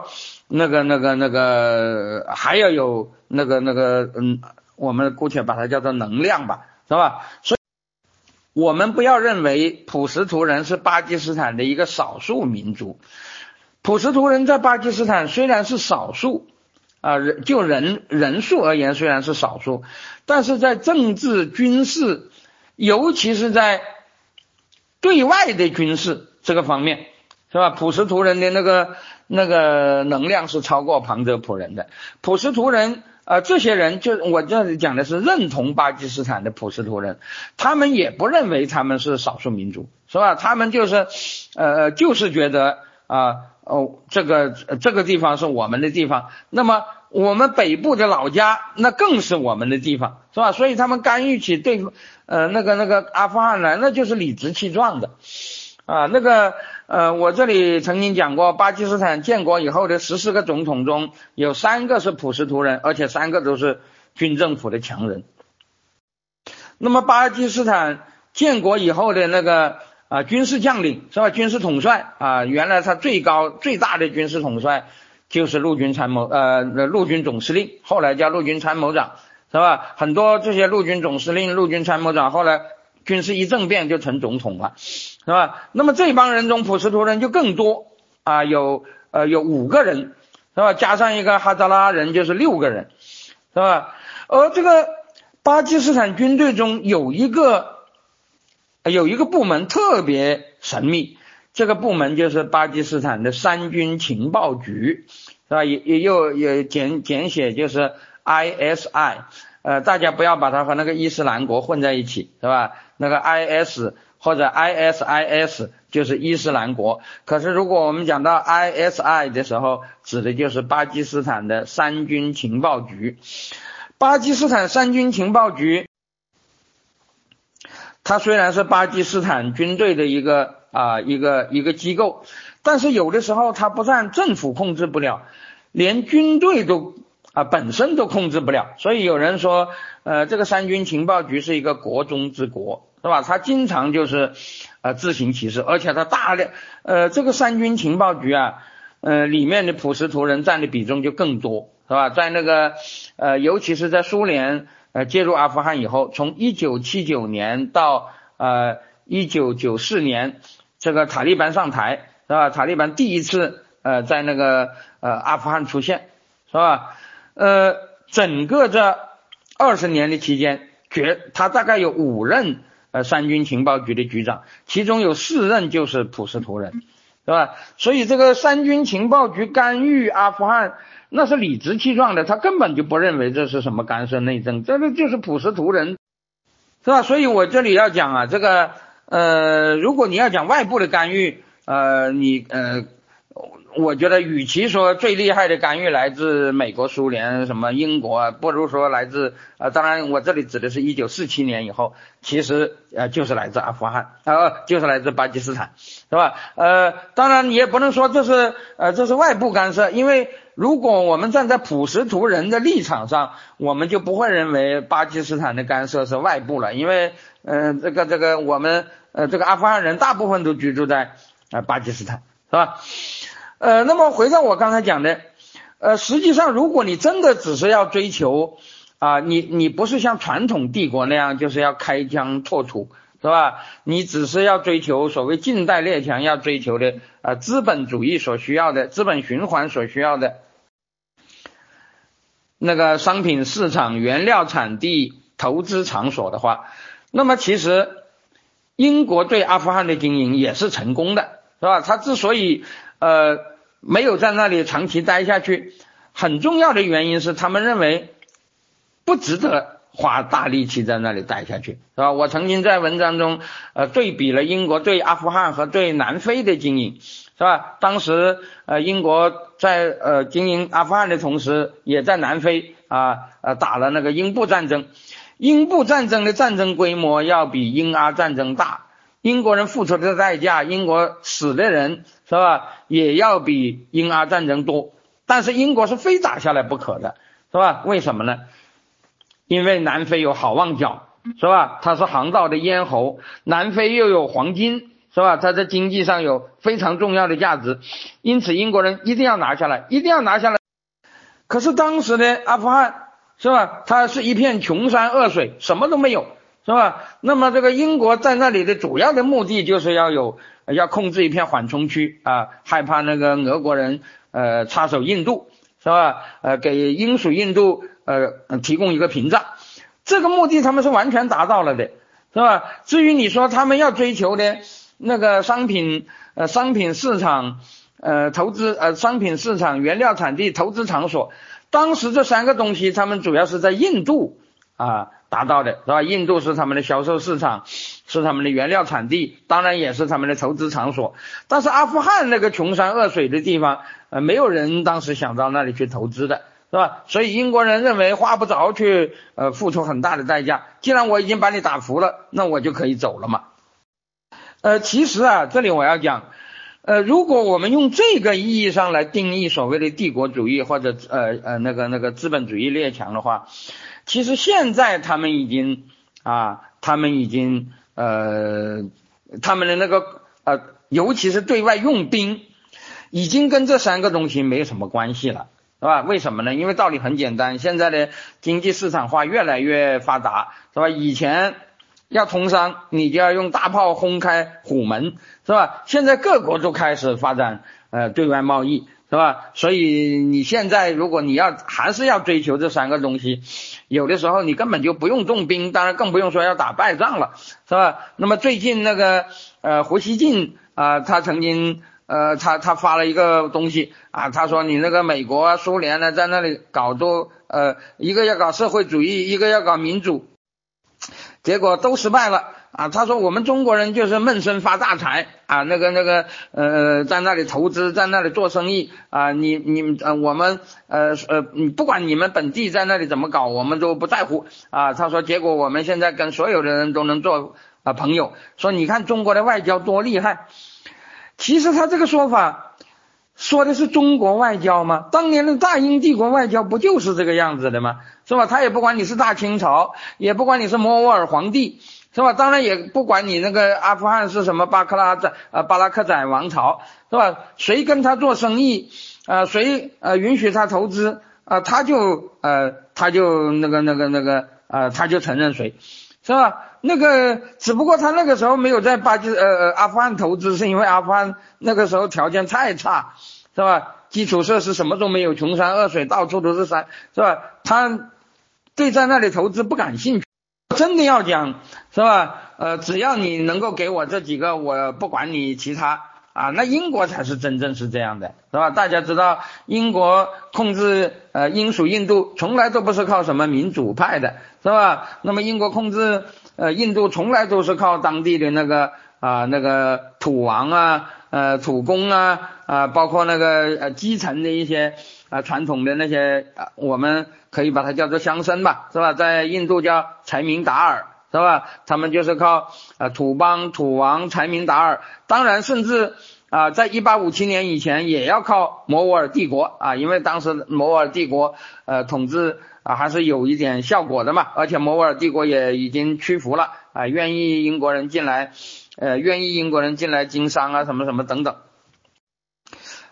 还要有我们姑且把它叫做能量吧，是吧？所以我们不要认为普什图人是巴基斯坦的一个少数民族，普什图人在巴基斯坦虽然是少数就人数而言虽然是少数，但是在政治军事，尤其是在对外的军事这个方面，是吧？普什图人的那个能量是超过旁遮普人的。普什图人这些人就我这里讲的是认同巴基斯坦的普什图人，他们也不认为他们是少数民族，是吧？他们就是觉得这个地方是我们的地方，那么我们北部的老家那更是我们的地方，是吧？所以他们干预起对阿富汗来，那就是理直气壮的我这里曾经讲过，巴基斯坦建国以后的14个总统中有3个是普什图人，而且3个都是军政府的强人。那么巴基斯坦建国以后的军事将领，是吧？军事统帅原来他最大的军事统帅就是陆军总司令，后来叫陆军参谋长，是吧？很多这些陆军总司令、陆军参谋长后来军事一政变就成总统了，是吧？那么这帮人中普什图人就更多有5个人，是吧？加上一个哈扎拉人就是6个人，是吧？而这个巴基斯坦军队中有一个部门特别神秘，这个部门就是巴基斯坦的三军情报局，是吧？也简写就是 ISI， 大家不要把它和那个伊斯兰国混在一起，是吧？那个 IS 或者 ISIS 就是伊斯兰国，可是如果我们讲到 ISI 的时候，指的就是巴基斯坦的三军情报局。巴基斯坦三军情报局它虽然是巴基斯坦军队的一个机构，但是有的时候它不但政府控制不了，连军队都本身都控制不了。所以有人说这个三军情报局是一个国中之国，是吧？它经常就是自行其事，而且它大量这个三军情报局里面的普什图人占的比重就更多，是吧？在尤其是在苏联介入阿富汗以后，从1979年到1994年，这个塔利班上台，是吧？塔利班第一次在阿富汗出现，是吧？整个这20年的期间，他大概有5任三军情报局的局长，其中有4任就是普什图人，是吧？所以这个三军情报局干预阿富汗那是理直气壮的，他根本就不认为这是什么干涉内政，这个就是普什图人，是吧？所以我这里要讲这个如果你要讲外部的干预，我觉得与其说最厉害的干预来自美国、苏联、什么英国，不如说来自当然我这里指的是1947年以后，其实就是来自阿富汗就是来自巴基斯坦，是吧？当然你也不能说这是外部干涉，因为如果我们站在普什图人的立场上，我们就不会认为巴基斯坦的干涉是外部了，因为我们这个阿富汗人大部分都居住在巴基斯坦，是吧？ 那么回到我刚才讲的，实际上如果你真的只是要追求你不是像传统帝国那样就是要开疆拓土，是吧？你只是要追求所谓近代列强要追求的资本主义所需要的资本循环所需要的那个商品市场、原料产地、投资场所的话，那么其实英国对阿富汗的经营也是成功的，是吧？他之所以没有在那里长期待下去，很重要的原因是他们认为不值得花大力气在那里待下去，是吧？我曾经在文章中对比了英国对阿富汗和对南非的经营，是吧？当时英国在经营阿富汗的同时，也在南非打了那个英布战争。英布战争的战争规模要比英阿战争大，英国人付出的代价，英国死的人，是吧，也要比英阿战争多，但是英国是非打下来不可的，是吧？为什么呢？因为南非有好望角，是吧？它是航道的咽喉，南非又有黄金，是吧？它在经济上有非常重要的价值，因此英国人一定要拿下来，一定要拿下来。可是当时的阿富汗，是吧？它是一片穷山恶水，什么都没有，是吧？那么这个英国在那里的主要的目的就是要控制一片缓冲区害怕那个俄国人插手印度，是吧？给英属印度提供一个屏障，这个目的他们是完全达到了的，是吧？至于你说他们要追求的那个商品市场投资商品市场、原料产地、投资场所，当时这3个东西他们主要是在印度达到的，是吧？印度是他们的销售市场，是他们的原料产地，当然也是他们的投资场所。但是阿富汗那个穷山恶水的地方没有人当时想到那里去投资的，是吧？所以英国人认为花不着去付出很大的代价，既然我已经把你打服了，那我就可以走了嘛。其实这里我要讲如果我们用这个意义上来定义所谓的帝国主义或者那个资本主义列强的话，其实现在他们已经他们的那个尤其是对外用兵，已经跟这3个东西没什么关系了，是吧？为什么呢？因为道理很简单，现在的经济市场化越来越发达，是吧？以前要通商，你就要用大炮轰开虎门，是吧？现在各国都开始发展对外贸易，是吧？所以你现在如果你还是要追求这3个东西，有的时候你根本就不用动兵，当然更不用说要打败仗了，是吧？那么最近那个胡锡进他曾经他发了一个东西他说你那个美国苏联呢在那里搞一个要搞社会主义，一个要搞民主，结果都失败了他说我们中国人就是闷声发大财在那里投资，在那里做生意我们不管你们本地在那里怎么搞，我们都不在乎他说结果我们现在跟所有的人都能做朋友，说你看中国的外交多厉害。其实他这个说法说的是中国外交吗？当年的大英帝国外交不就是这个样子的吗？是吧？他也不管你是大清朝，也不管你是摩尔皇帝，是吧？当然也不管你那个阿富汗是什么巴拉克宰王朝，是吧？谁跟他做生意谁允许他投资他就他就承认谁，是吧？只不过他那个时候没有在阿富汗投资，是因为阿富汗那个时候条件太差，是吧？基础设施什么都没有，穷山恶水，到处都是山，是吧？他对在那里投资不感兴趣。真的要讲，是吧？只要你能够给我这几个，我不管你其他那英国才是真正是这样的，是吧？大家知道英国控制英属印度从来都不是靠什么民主派的，是吧？那么英国控制印度从来都是靠当地的那个土王土公包括那个基层的一些传统的那些我们可以把它叫做乡绅吧，是吧？在印度叫柴明达尔，是吧？他们就是靠土邦、土王、柴明达尔，当然甚至在1857年以前也要靠摩沃尔帝国因为当时摩沃尔帝国统治还是有一点效果的嘛，而且摩沃尔帝国也已经屈服了愿意英国人进来经商什么什么等等。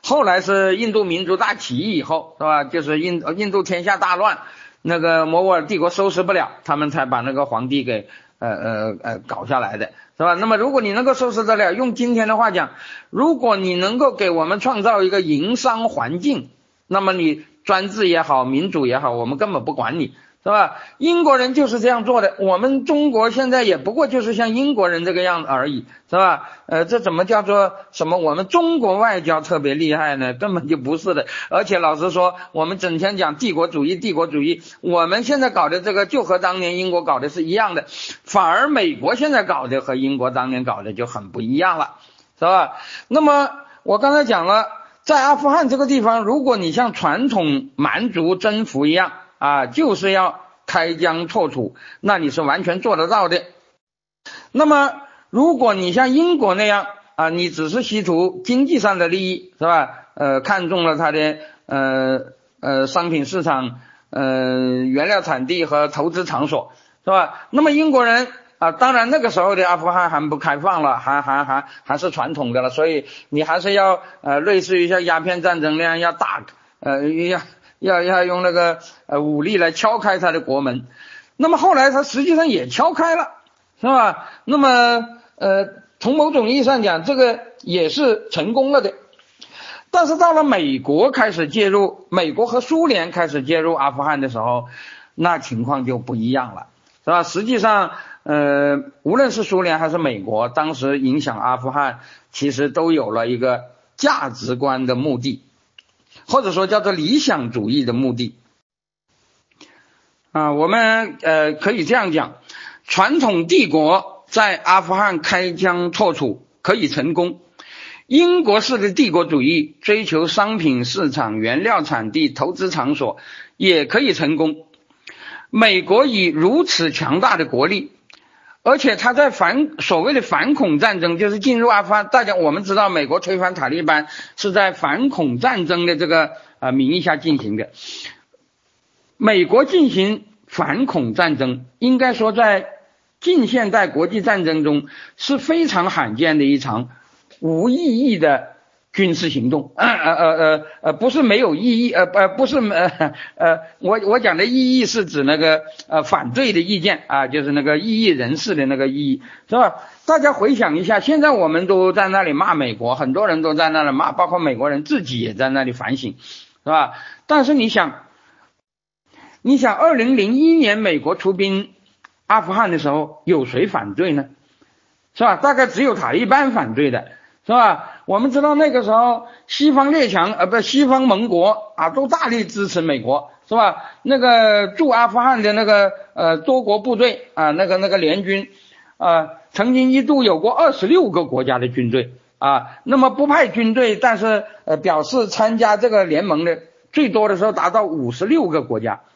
后来是印度民族大起义以后，是吧？就是印度天下大乱，那个摩沃尔帝国收拾不了，他们才把那个皇帝给搞下来的，是吧？那么如果你能够收拾得了，用今天的话讲，如果你能够给我们创造一个营商环境，那么你专制也好，民主也好，我们根本不管你，是吧？英国人就是这样做的，我们中国现在也不过就是像英国人这个样子而已，是吧？这怎么叫做什么我们中国外交特别厉害呢？根本就不是的。而且老实说，我们整天讲帝国主义，帝国主义，我们现在搞的这个就和当年英国搞的是一样的，反而美国现在搞的和英国当年搞的就很不一样了，是吧？那么我刚才讲了，在阿富汗这个地方，如果你像传统蛮族征服一样啊，就是要开疆拓土，那你是完全做得到的。那么如果你像英国那样啊，你只是希图经济上的利益，是吧？看中了它的商品市场、原料产地和投资场所，是吧？那么英国人啊，当然那个时候的阿富汗还不开放了，还是传统的了，所以你还是要类似于像鸦片战争那样要打要用那个武力来敲开他的国门。那么后来他实际上也敲开了，是吧？那么从某种意义上讲，这个也是成功了的。但是到了美国开始介入，美国和苏联开始介入阿富汗的时候，那情况就不一样了，是吧？实际上无论是苏联还是美国，当时影响阿富汗其实都有了一个价值观的目的，或者说叫做理想主义的目的啊。我们可以这样讲，传统帝国在阿富汗开疆拓土可以成功，英国式的帝国主义追求商品市场、原料产地、投资场所也可以成功。美国以如此强大的国力，而且他在所谓的反恐战争，就是进入阿富汗，我们知道美国推翻塔利班是在反恐战争的这个名义下进行的。美国进行反恐战争，应该说在近现代国际战争中是非常罕见的一场无意义的军事行动，不是没有意义，不是我讲的意义是指那个反对的意见啊，就是那个异议人士的那个意义，是吧？大家回想一下，现在我们都在那里骂美国，很多人都在那里骂，包括美国人自己也在那里反省，是吧？但是你想2001年美国出兵阿富汗的时候，有谁反对呢？是吧？大概只有塔利班反对的，是吧？我们知道那个时候西方列强西方盟国啊都大力支持美国，是吧？那个驻阿富汗的那个多国部队啊，那个联军曾经一度有过26个国家的军队啊，那么不派军队，但是表示参加这个联盟的最多的时候达到56个国家，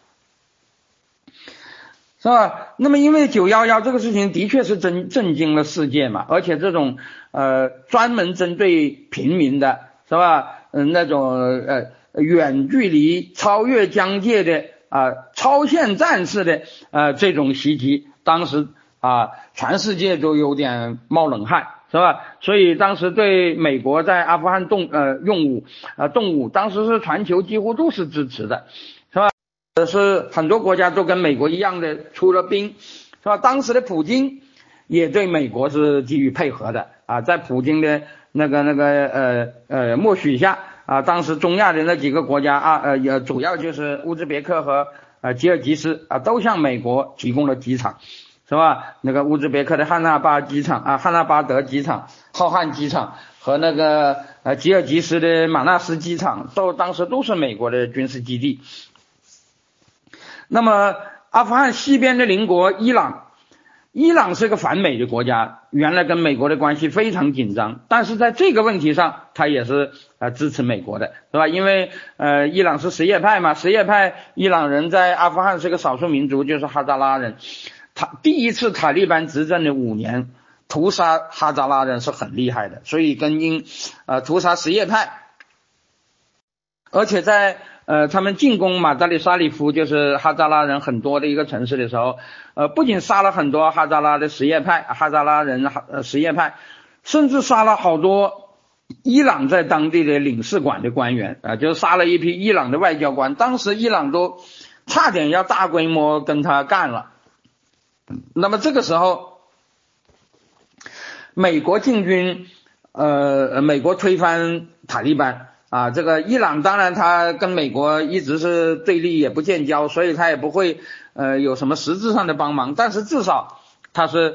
是吧？那么因为911这个事情的确是震惊了世界嘛，而且这种专门针对平民的，是吧？那种远距离超越疆界的超限战式的这种袭击，当时全世界都有点冒冷汗，是吧？所以当时对美国在阿富汗动武，当时是全球几乎都是支持的，是吧？是很多国家都跟美国一样的出了兵，是吧？当时的普京也对美国是给予配合的在普京的默许下当时中亚的那几个国家也主要就是乌兹别克和吉尔吉斯都向美国提供了机场，是吧？那个乌兹别克的汉纳巴德机场、浩瀚机场和那个吉尔吉斯的马纳斯机场当时都是美国的军事基地。那么阿富汗西边的邻国伊朗是个反美的国家，原来跟美国的关系非常紧张，但是在这个问题上他也是支持美国的，是吧？因为伊朗是什叶派嘛，什叶派伊朗人在阿富汗是个少数民族，就是哈扎拉人。第一次塔利班执政的5年屠杀哈扎拉人是很厉害的，所以屠杀什叶派，而且在他们进攻马扎里沙里夫，就是哈扎拉人很多的一个城市的时候，不仅杀了很多哈扎拉的什叶派，哈扎拉人什叶派，甚至杀了好多伊朗在当地的领事馆的官员就是杀了一批伊朗的外交官，当时伊朗都差点要大规模跟他干了。那么这个时候，美国进军，美国推翻塔利班这个伊朗当然他跟美国一直是对立也不建交，所以他也不会有什么实质上的帮忙，但是至少他是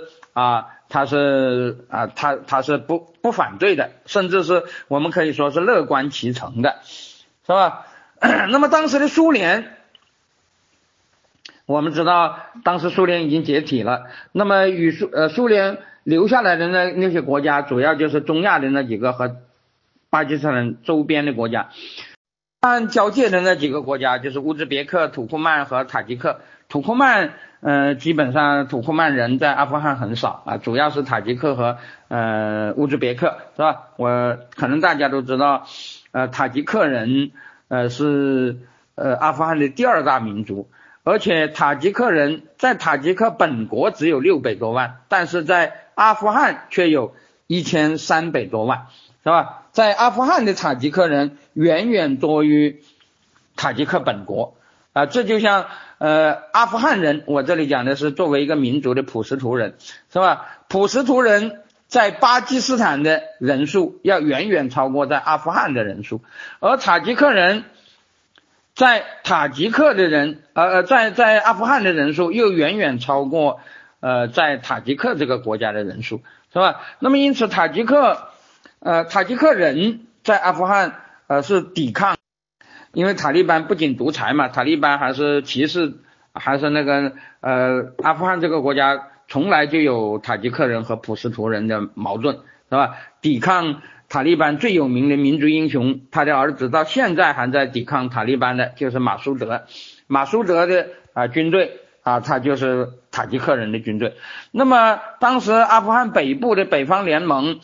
不反对的，甚至是我们可以说是乐观其成的，是吧？那么当时的苏联，我们知道当时苏联已经解体了，那么与苏联留下来的那些国家，主要就是中亚的那几个和巴基斯坦周边的国家，按交界的那几个国家就是乌兹别克、土库曼和塔吉克。土库曼基本上土库曼人在阿富汗很少主要是塔吉克和乌兹别克，是吧？可能大家都知道塔吉克人是阿富汗的第二大民族，而且塔吉克人在塔吉克本国只有600多万，但是在阿富汗却有1300多万，是吧？在阿富汗的塔吉克人远远多于塔吉克本国这就像阿富汗人，我这里讲的是作为一个民族的普什图人，是吧？普什图人在巴基斯坦的人数要远远超过在阿富汗的人数，而塔吉克人在塔吉克的人在阿富汗的人数又远远超过在塔吉克这个国家的人数，是吧？那么因此塔吉克人在阿富汗是抵抗，因为塔利班不仅独裁嘛，塔利班还是歧视，还是那个阿富汗这个国家从来就有塔吉克人和普什图人的矛盾，是吧？抵抗塔利班最有名的民族英雄，他的儿子到现在还在抵抗塔利班的就是马苏德的军队他就是塔吉克人的军队。那么当时阿富汗北部的北方联盟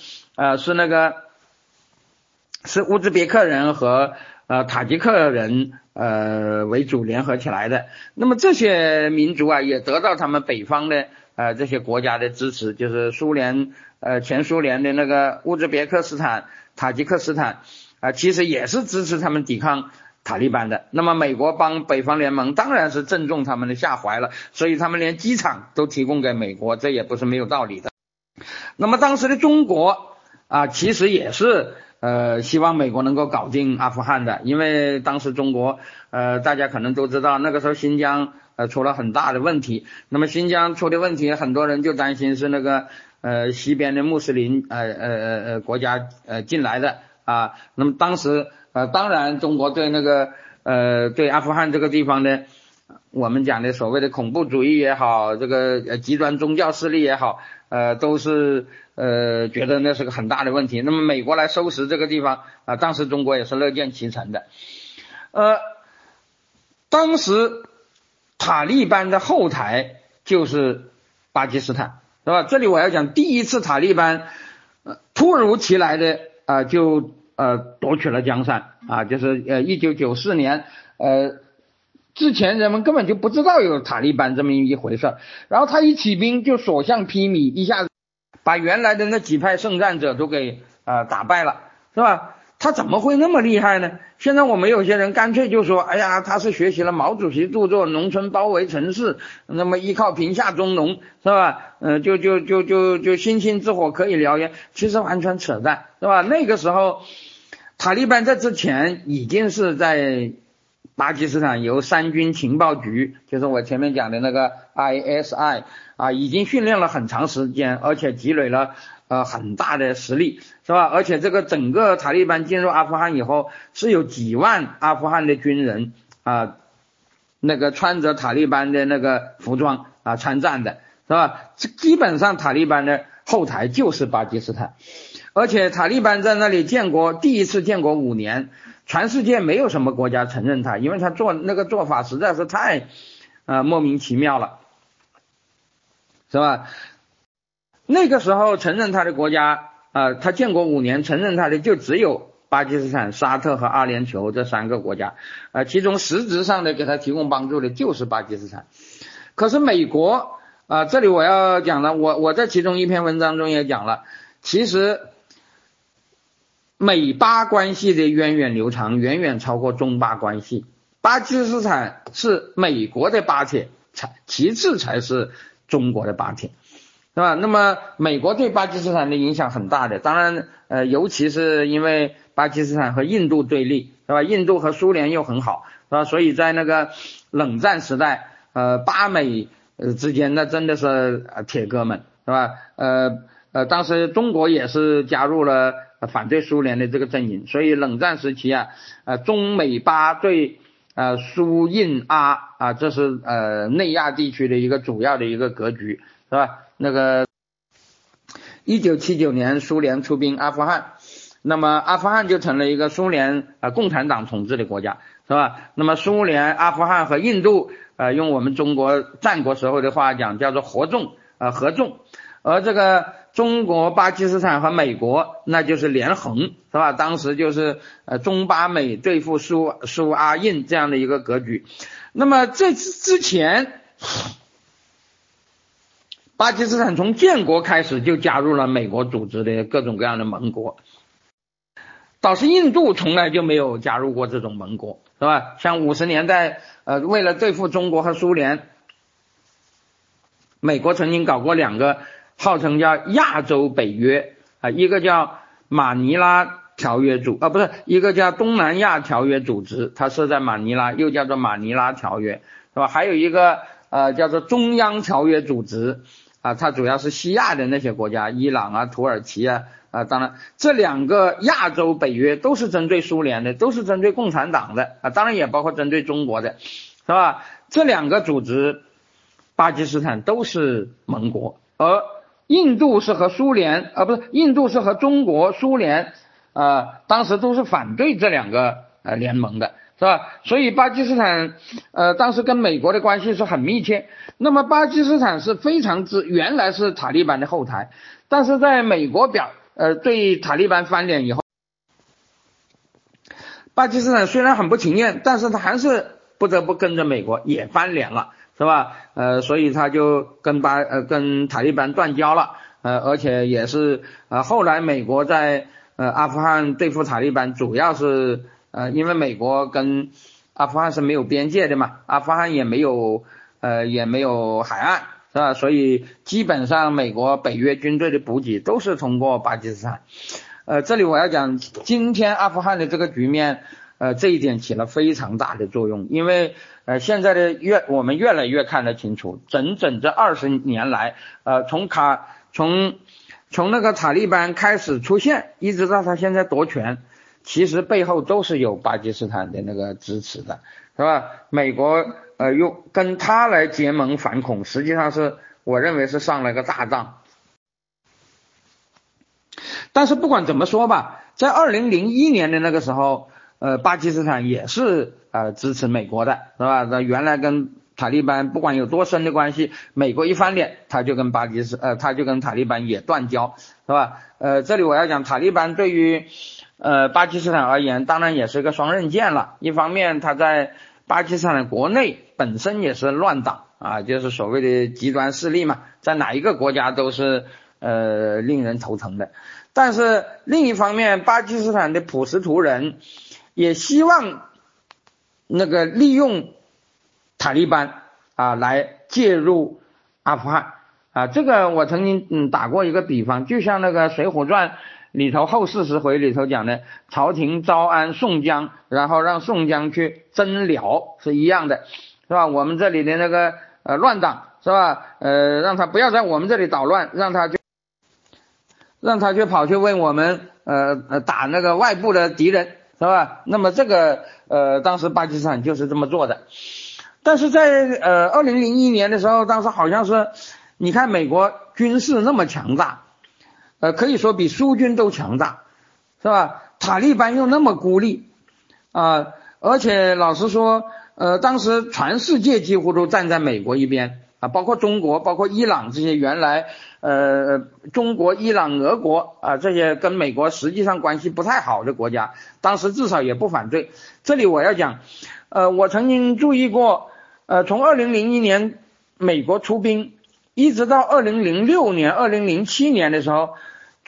是乌兹别克人和塔吉克人为主联合起来的。那么这些民族也得到他们北方的这些国家的支持，就是前苏联的那个乌兹别克斯坦、塔吉克斯坦其实也是支持他们抵抗塔利班的。那么美国帮北方联盟当然是正中他们的下怀了，所以他们连机场都提供给美国，这也不是没有道理的。那么当时的中国其实也是希望美国能够搞定阿富汗的，因为当时中国大家可能都知道，那个时候新疆出了很大的问题。那么新疆出的问题，很多人就担心是那个西边的穆斯林国家进来的那么当时当然中国对那个对阿富汗这个地方的我们讲的所谓的恐怖主义也好，这个极端宗教势力也好都是觉得那是个很大的问题。那么美国来收拾这个地方当时中国也是乐见其成的。当时塔利班的后台就是巴基斯坦，是吧？这里我要讲第一次塔利班突如其来的就夺取了江山就是1994年之前人们根本就不知道有塔利班这么一回事，然后他一起兵就所向披靡，一下子把原来的那几派圣战者都给打败了，是吧？他怎么会那么厉害呢？现在我们有些人干脆就说，哎呀，他是学习了毛主席著作《农村包围城市》，那么依靠贫下中农，是吧？就星星之火可以燎原，其实完全扯淡，是吧？那个时候塔利班在之前已经是在巴基斯坦由三军情报局，就是我前面讲的那个 ISI 已经训练了很长时间，而且积累了很大的实力，是吧？而且这个整个塔利班进入阿富汗以后，是有几万阿富汗的军人那个穿着塔利班的那个服装参战的，是吧？这基本上塔利班的后台就是巴基斯坦，而且塔利班在那里第一次建国5年，全世界没有什么国家承认他，因为他那个做法实在是太莫名其妙了，是吧？那个时候承认他的国家他建国5年承认他的就只有巴基斯坦、沙特和阿联酋这3个国家其中实质上的给他提供帮助的就是巴基斯坦。可是美国这里我要讲了，我在其中一篇文章中也讲了，其实美巴关系的源远流长，远远超过中巴关系。巴基斯坦是美国的巴铁，其次才是中国的巴铁，是吧？那么美国对巴基斯坦的影响很大的，当然尤其是因为巴基斯坦和印度对立，是吧？印度和苏联又很好，是吧？所以在那个冷战时代，巴美之间那真的是铁哥们，是吧？当时中国也是加入了反对苏联的这个阵营，所以冷战时期啊，中美巴对苏印阿这是内亚地区的一个主要的一个格局，是吧？那个1979年苏联出兵阿富汗，那么阿富汗就成了一个苏联共产党统治的国家，是吧？那么苏联、阿富汗和印度用我们中国战国时候的话讲叫做合纵，而这个中国、巴基斯坦和美国那就是连横，是吧？当时就是中巴美对付苏阿印这样的一个格局。那么这之前，巴基斯坦从建国开始就加入了美国组织的各种各样的盟国，倒是印度从来就没有加入过这种盟国，是吧？像50年代为了对付中国和苏联，美国曾经搞过2个号称叫亚洲北约一个叫马尼拉条约不是，一个叫东南亚条约组织，它设在马尼拉，又叫做马尼拉条约，是吧？还有一个叫做中央条约组织它主要是西亚的那些国家，伊朗土耳其当然这2个亚洲北约都是针对苏联的，都是针对共产党的当然也包括针对中国的，是吧？这2个组织巴基斯坦都是盟国，而印度是和苏联不是，印度是和中国、苏联当时都是反对这2个联盟的，是吧？所以巴基斯坦当时跟美国的关系是很密切。那么巴基斯坦是非常原来是塔利班的后台，但是在美国对塔利班翻脸以后，巴基斯坦虽然很不情愿，但是他还是不得不跟着美国也翻脸了，是吧？所以他就跟塔利班断交了，而且也是后来美国在阿富汗对付塔利班，主要是因为美国跟阿富汗是没有边界的嘛，阿富汗也没有海岸，是吧？所以基本上美国北约军队的补给都是通过巴基斯坦。这里我要讲今天阿富汗的这个局面，这一点起了非常大的作用，因为现在的我们越来越看得清楚，整整这20年来，从那个塔利班开始出现，一直到他现在夺权，其实背后都是有巴基斯坦的那个支持的，是吧？美国用跟他来结盟反恐，实际上是我认为是上了个大当。但是不管怎么说吧，在2001年的那个时候，巴基斯坦也是支持美国的，是吧？那原来跟塔利班不管有多深的关系，美国一翻脸，他就跟塔利班也断交，是吧？这里我要讲塔利班对于巴基斯坦而言，当然也是个双刃剑了。一方面，他在巴基斯坦的国内本身也是乱党就是所谓的极端势力嘛，在哪一个国家都是令人头疼的。但是另一方面，巴基斯坦的普什图人也希望那个利用塔利班来介入阿富汗这个我曾经打过一个比方，就像那个《水浒传》里头后40回里头讲的，朝廷招安宋江，然后让宋江去征辽是一样的，是吧？我们这里的那个乱党，是吧？让他不要在我们这里捣乱，让他就跑去为我们打那个外部的敌人，是吧？那么这个当时巴基斯坦就是这么做的。但是在2001年的时候，当时好像是你看美国军事那么强大，可以说比苏军都强大，是吧？塔利班又那么孤立而且老实说当时全世界几乎都站在美国一边包括中国，包括伊朗这些原来中国、伊朗、俄国这些跟美国实际上关系不太好的国家，当时至少也不反对。这里我要讲我曾经注意过从2001年美国出兵一直到2006年、2007年的时候，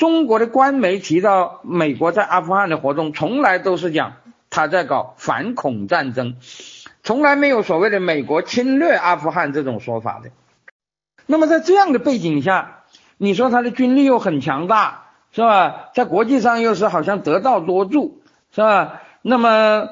中国的官媒提到美国在阿富汗的活动，从来都是讲他在搞反恐战争，从来没有所谓的美国侵略阿富汗这种说法的。那么在这样的背景下，你说他的军力又很强大，是吧？在国际上又是好像得道多助，是吧？那么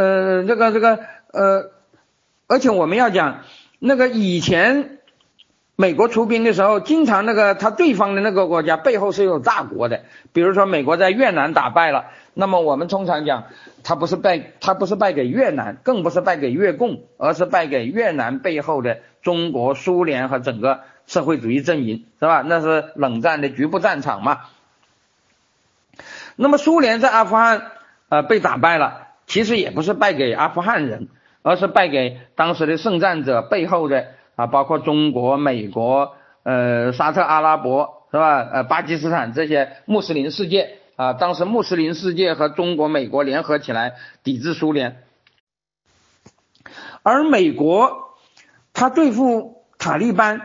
而且我们要讲那个以前美国出兵的时候，经常他对方的那个国家背后是有大国的，比如说美国在越南打败了，那么我们通常讲他不是败给越南，更不是败给越共，而是败给越南背后的中国、苏联和整个社会主义阵营，是吧？那是冷战的局部战场嘛。那么苏联在阿富汗被打败了，其实也不是败给阿富汗人，而是败给当时的圣战者背后的包括中国、美国、沙特阿拉伯，是吧？巴基斯坦这些穆斯林世界当时穆斯林世界和中国、美国联合起来抵制苏联。而美国他对付塔利班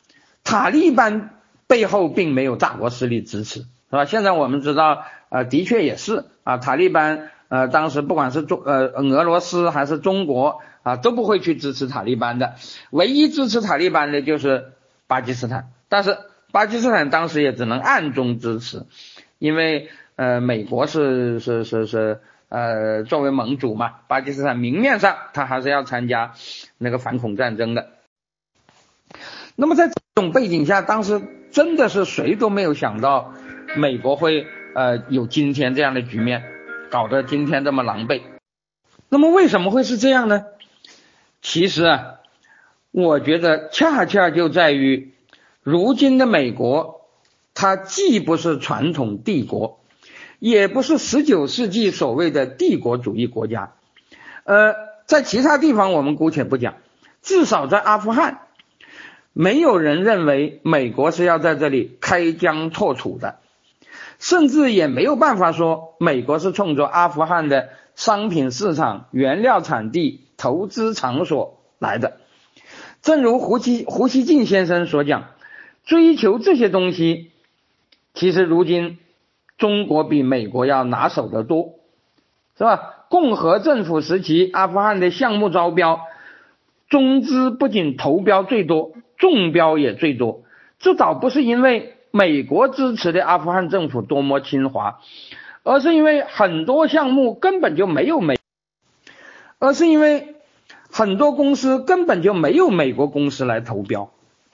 背后并没有大国势力支持，是吧？现在我们知道的确也是塔利班当时不管是俄罗斯还是中国都不会去支持塔利班的，唯一支持塔利班的就是巴基斯坦，但是巴基斯坦当时也只能暗中支持，因为美国是作为盟主嘛，巴基斯坦明面上他还是要参加那个反恐战争的。那么在这种背景下，当时真的是谁都没有想到美国会有今天这样的局面，搞得今天这么狼狈。那么为什么会是这样呢？其实我觉得恰恰就在于如今的美国，它既不是传统帝国，也不是19世纪所谓的帝国主义国家。在其他地方我们姑且不讲，至少在阿富汗，没有人认为美国是要在这里开疆拓土的，甚至也没有办法说美国是冲着阿富汗的商品市场、原料产地、投资场所来的。正如胡锡进先生所讲，追求这些东西，其实如今中国比美国要拿手得多，是吧？共和政府时期阿富汗的项目招标，中资不仅投标最多，中标也最多。这倒不是因为美国支持的阿富汗政府多么亲华，而是因为很多项目根本就没有而是因为很多公司根本就没有美国公司来投标。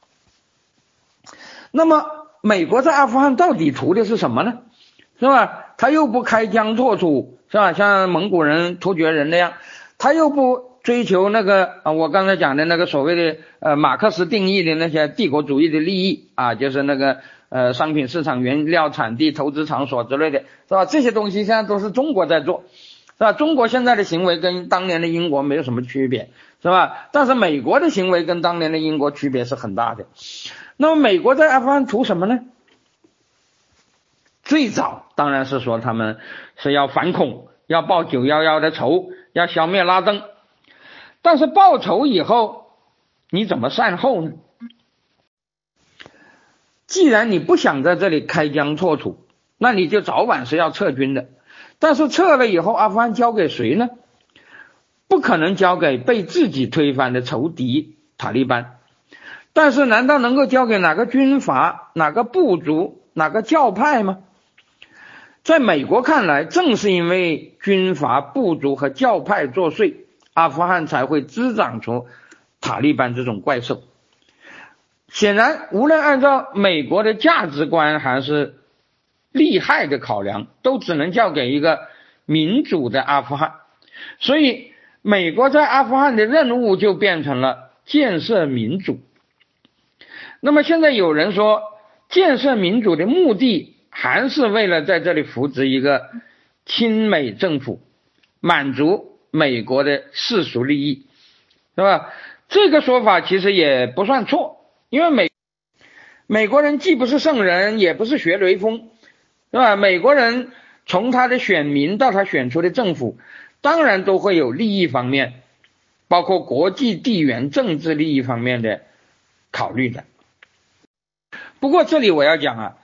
那么美国在阿富汗到底图的是什么呢？是吧？他又不开疆拓土，是吧？像蒙古人、突厥人那样，他又不追求那个我刚才讲的那个所谓的马克思定义的那些帝国主义的利益就是那个商品市场、原料产地、投资场所之类的，是吧？这些东西现在都是中国在做，是吧？中国现在的行为跟当年的英国没有什么区别，是吧？但是美国的行为跟当年的英国区别是很大的。那么美国在阿富汗图什么呢？最早当然是说他们是要反恐，要报911的仇，要消灭拉登。但是报仇以后你怎么善后呢？既然你不想在这里开疆拓土，那你就早晚是要撤军的。但是撤了以后，阿富汗交给谁呢？不可能交给被自己推翻的仇敌塔利班。但是难道能够交给哪个军阀、哪个部族、哪个教派吗？在美国看来，正是因为军阀、部族和教派作祟，阿富汗才会滋长出塔利班这种怪兽。显然，无论按照美国的价值观还是利害的考量，都只能交给一个民主的阿富汗。所以，美国在阿富汗的任务就变成了建设民主。那么现在有人说，建设民主的目的还是为了在这里扶植一个亲美政府，满足美国的世俗利益，是吧？这个说法其实也不算错，因为美国人既不是圣人，也不是学雷锋，是吧？美国人从他的选民到他选出的政府，当然都会有利益方面，包括国际地缘政治利益方面的考虑的。不过这里我要讲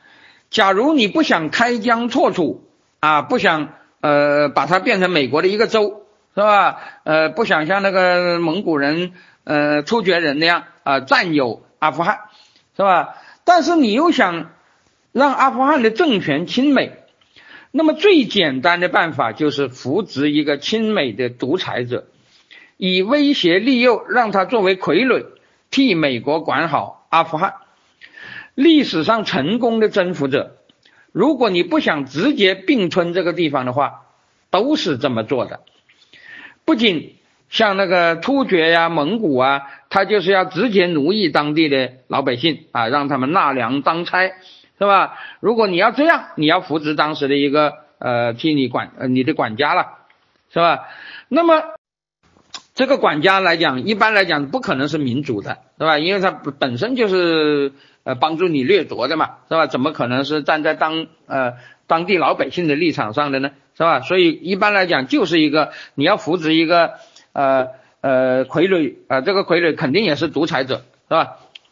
假如你不想开疆拓土啊，不想把它变成美国的一个州，是吧？不想像那个蒙古人突厥人那样占有阿富汗，是吧？但是你又想让阿富汗的政权亲美，那么最简单的办法就是扶植一个亲美的独裁者，以威胁利诱让他作为傀儡替美国管好阿富汗。历史上成功的征服者，如果你不想直接并吞这个地方的话，都是这么做的。不仅像那个突厥呀、蒙古啊，他就是要直接奴役当地的老百姓啊，让他们纳粮当差，是吧？如果你要这样，你要扶植当时的一个替你你的管家了，是吧？那么这个管家来讲，一般来讲不可能是民主的，是吧？因为他本身就是帮助你掠夺的嘛，是吧？怎么可能是站在当地老百姓的立场上的呢？是吧？所以一般来讲就是一个你要扶植一个傀儡这个傀儡肯定也是独裁者，是吧？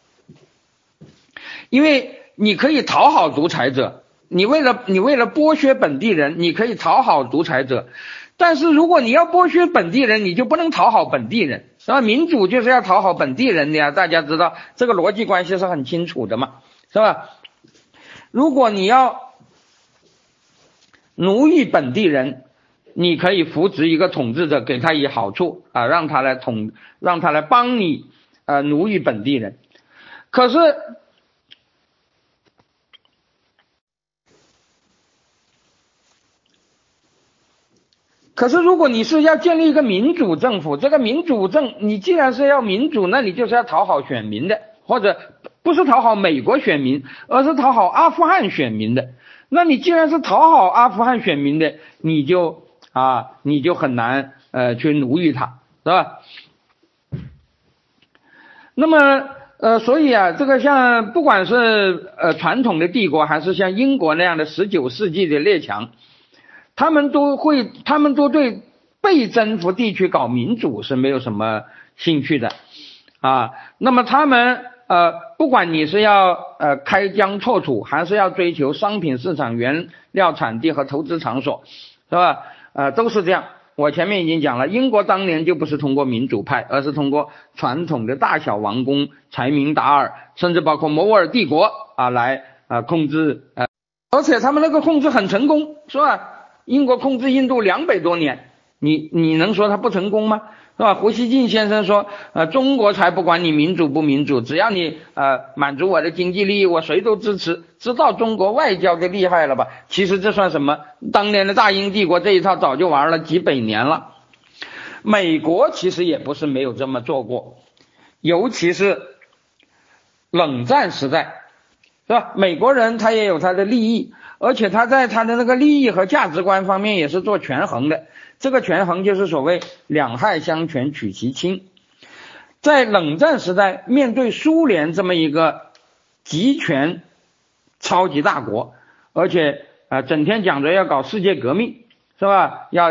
因为你可以讨好独裁者，你为了剥削本地人，你可以讨好独裁者，但是如果你要剥削本地人，你就不能讨好本地人，是吧？民主就是要讨好本地人的呀，大家知道这个逻辑关系是很清楚的嘛，是吧？如果你要奴役本地人，你可以扶植一个统治者，给他以好处啊，让他来帮你奴役本地人。可是如果你是要建立一个民主政府，这个民主你既然是要民主，那你就是要讨好选民的，或者不是讨好美国选民，而是讨好阿富汗选民的。那你既然是讨好阿富汗选民的，你就很难去奴役他，是吧？那么所以这个像不管是传统的帝国，还是像英国那样的19世纪的列强，他们都对被征服地区搞民主是没有什么兴趣的啊。那么他们不管你是要开疆拓土，还是要追求商品市场、原料产地和投资场所，是吧？都是这样。我前面已经讲了，英国当年就不是通过民主派，而是通过传统的大小王公、财明达尔，甚至包括摩尔帝国来控制而且他们那个控制很成功，是吧？英国控制印度200多年，你能说他不成功吗？是吧？胡锡进先生说中国才不管你民主不民主，只要你满足我的经济利益，我谁都支持。知道中国外交的厉害了吧？其实这算什么？当年的大英帝国这一套早就玩了几百年了。美国其实也不是没有这么做过，尤其是冷战时代，是吧？美国人他也有他的利益，而且他在他的那个利益和价值观方面也是做权衡的。这个权衡就是所谓两害相权取其轻。在冷战时代，面对苏联这么一个集权超级大国，而且整天讲着要搞世界革命，是吧？要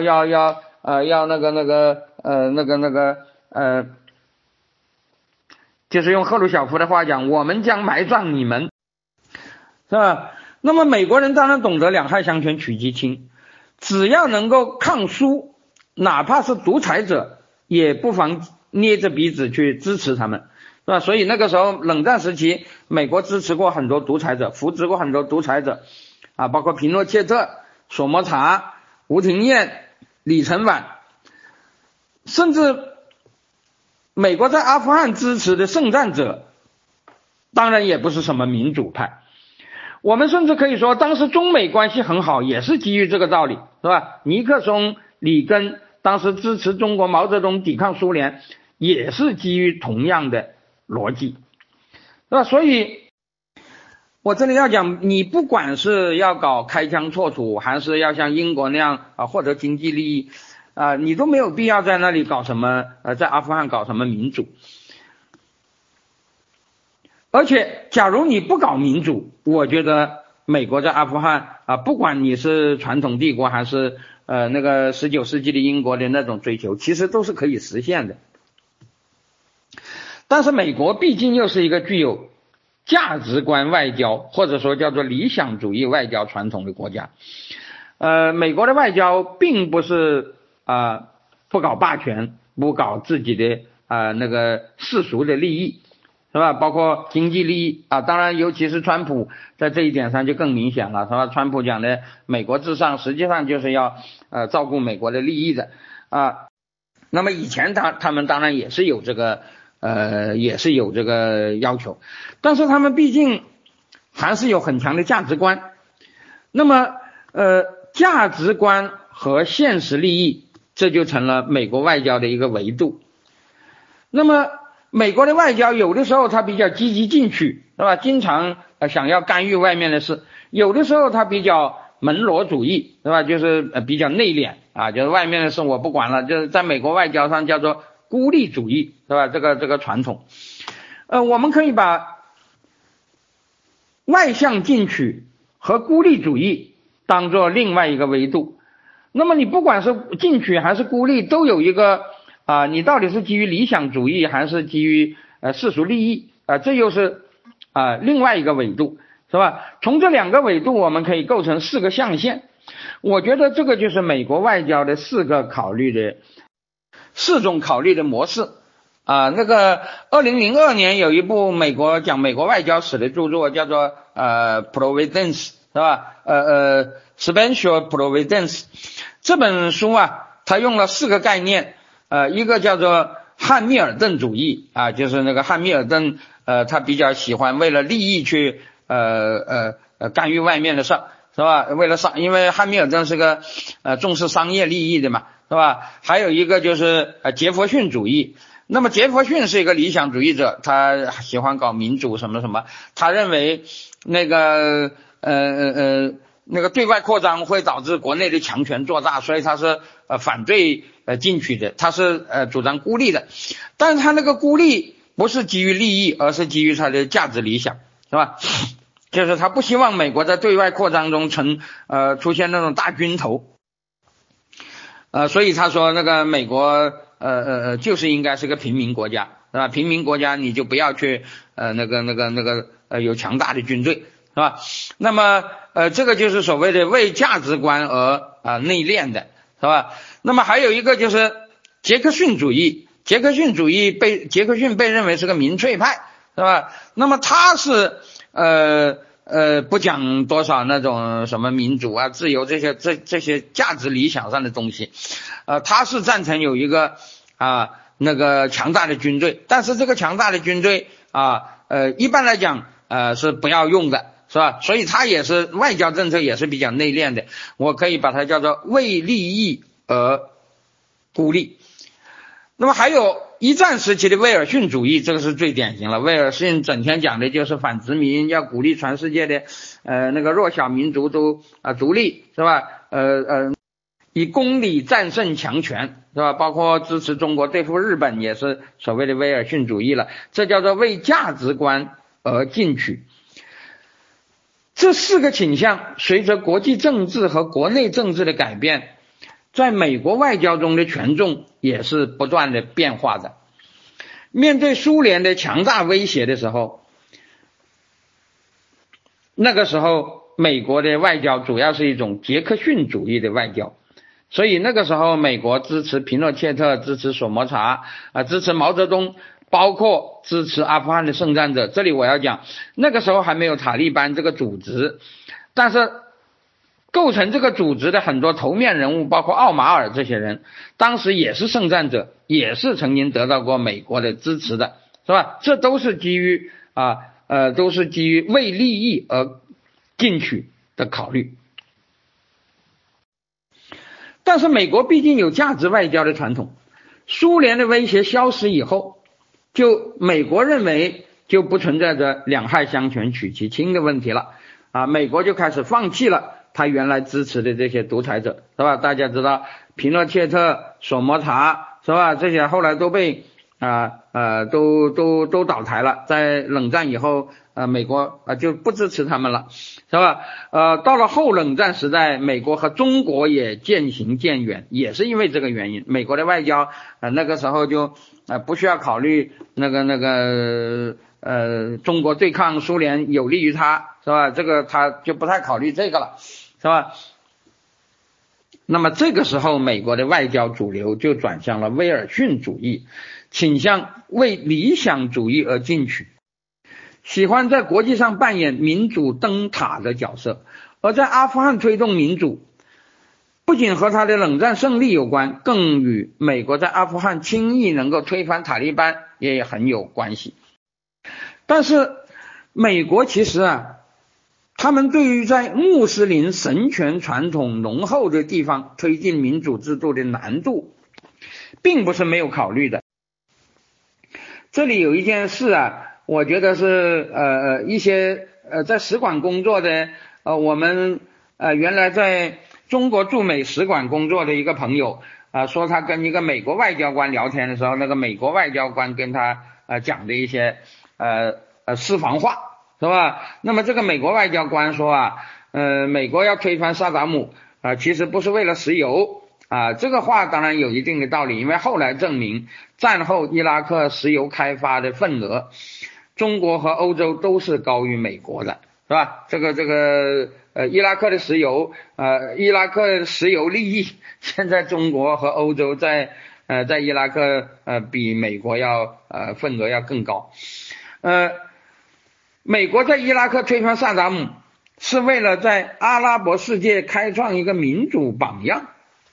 就是用赫鲁晓夫的话讲，我们将埋葬你们，是吧？那么美国人当然懂得两害相权取其轻，只要能够抗苏，哪怕是独裁者，也不妨捏着鼻子去支持他们，是吧？所以那个时候冷战时期，美国支持过很多独裁者，扶植过很多独裁者包括皮诺切特、索莫查、吴廷艳、李承晚，甚至美国在阿富汗支持的圣战者，当然也不是什么民主派。我们甚至可以说，当时中美关系很好，也是基于这个道理，是吧？尼克松、里根当时支持中国毛泽东抵抗苏联，也是基于同样的逻辑，是吧？所以我这里要讲，你不管是要搞开疆拓土，还是要像英国那样获得经济利益你都没有必要在那里搞什么在阿富汗搞什么民主。而且假如你不搞民主，我觉得美国在阿富汗不管你是传统帝国还是那个19世纪的英国的那种追求，其实都是可以实现的。但是美国毕竟又是一个具有价值观外交，或者说叫做理想主义外交传统的国家。美国的外交并不是不搞霸权，不搞自己的那个世俗的利益，是吧？包括经济利益当然尤其是川普在这一点上就更明显了，是吧？川普讲的美国至上，实际上就是要照顾美国的利益的那么以前他们当然也是有这个要求，但是他们毕竟还是有很强的价值观。那么价值观和现实利益，这就成了美国外交的一个维度。那么美国的外交有的时候它比较积极进取，是吧？经常想要干预外面的事，有的时候它比较门罗主义，是吧？就是比较内敛就是外面的事我不管了，就是在美国外交上叫做孤立主义，是吧？这个传统我们可以把外向进取和孤立主义当做另外一个维度。那么你不管是进取还是孤立，都有一个你到底是基于理想主义还是基于世俗利益这又是另外一个维度，是吧？从这两个维度我们可以构成4个象限。我觉得这个就是美国外交的4种考虑的模式那个2002年有一部讲美国外交史的著作叫做Providence， 是吧？Special Providence 这本书它用了4个概念一个叫做汉密尔顿主义就是那个汉密尔顿他比较喜欢为了利益去干预外面的事，是吧？因为汉密尔顿是个重视商业利益的嘛，是吧？还有一个就是杰弗逊主义。那么杰弗逊是一个理想主义者，他喜欢搞民主什么什么，他认为那个对外扩张会导致国内的强权做大，所以他是反对进取的，他是主张孤立的。但是他那个孤立不是基于利益，而是基于他的价值理想，是吧？就是他不希望美国在对外扩张中出现那种大军头所以他说那个美国就是应该是个平民国家，是吧？平民国家你就不要去有强大的军队，是吧？那么这个就是所谓的为价值观而内敛的，是吧？那么还有一个就是杰克逊主义，杰克逊被认为是个民粹派，是吧？那么他是不讲多少那种什么民主自由这些价值理想上的东西他是赞成有一个那个强大的军队，但是这个强大的军队一般来讲是不要用的，是吧？所以他也是外交政策也是比较内敛的，我可以把它叫做为利益而孤立。那么还有一战时期的威尔逊主义，这个是最典型了。威尔逊整天讲的就是反殖民，要鼓励全世界的那个弱小民族都独立，是吧？以公理战胜强权，是吧？包括支持中国对付日本也是所谓的威尔逊主义了，这叫做为价值观而进取。这4个倾向随着国际政治和国内政治的改变，在美国外交中的权重也是不断的变化的。面对苏联的强大威胁的时候，那个时候美国的外交主要是一种杰克逊主义的外交，所以那个时候美国支持皮诺切特，支持索摩查支持毛泽东，包括支持阿富汗的圣战者。这里我要讲，那个时候还没有塔利班这个组织，但是构成这个组织的很多头面人物，包括奥马尔这些人，当时也是圣战者，也是曾经得到过美国的支持的，是吧？这都是基于为利益而进取的考虑。但是美国毕竟有价值外交的传统，苏联的威胁消失以后，美国认为就不存在着两害相权取其轻的问题了美国就开始放弃了他原来支持的这些独裁者，是吧？大家知道皮诺切特、索摩查，是吧？这些后来都被都倒台了，在冷战以后美国就不支持他们了，是吧？到了后冷战时代，美国和中国也渐行渐远，也是因为这个原因。美国的外交那个时候就不需要考虑中国对抗苏联有利于他，是吧？这个他就不太考虑这个了，是吧？那么这个时候美国的外交主流就转向了威尔逊主义，倾向为理想主义而进取，喜欢在国际上扮演民主灯塔的角色。而在阿富汗推动民主，不仅和他的冷战胜利有关，更与美国在阿富汗轻易能够推翻塔利班也很有关系。但是美国其实他们对于在穆斯林神权传统浓厚的地方推进民主制度的难度并不是没有考虑的。这里有一件事我觉得是一些在使馆工作的我们原来在中国驻美使馆工作的一个朋友说他跟一个美国外交官聊天的时候，那个美国外交官跟他讲的一些私房话，是吧？那么这个美国外交官说美国要推翻萨达姆其实不是为了石油这个话当然有一定的道理，因为后来证明战后伊拉克石油开发的份额，中国和欧洲都是高于美国的，是吧？这个伊拉克的石油伊拉克的石油利益，现在中国和欧洲在伊拉克比美国要份额要更高。美国在伊拉克推翻萨达姆是为了在阿拉伯世界开创一个民主榜样。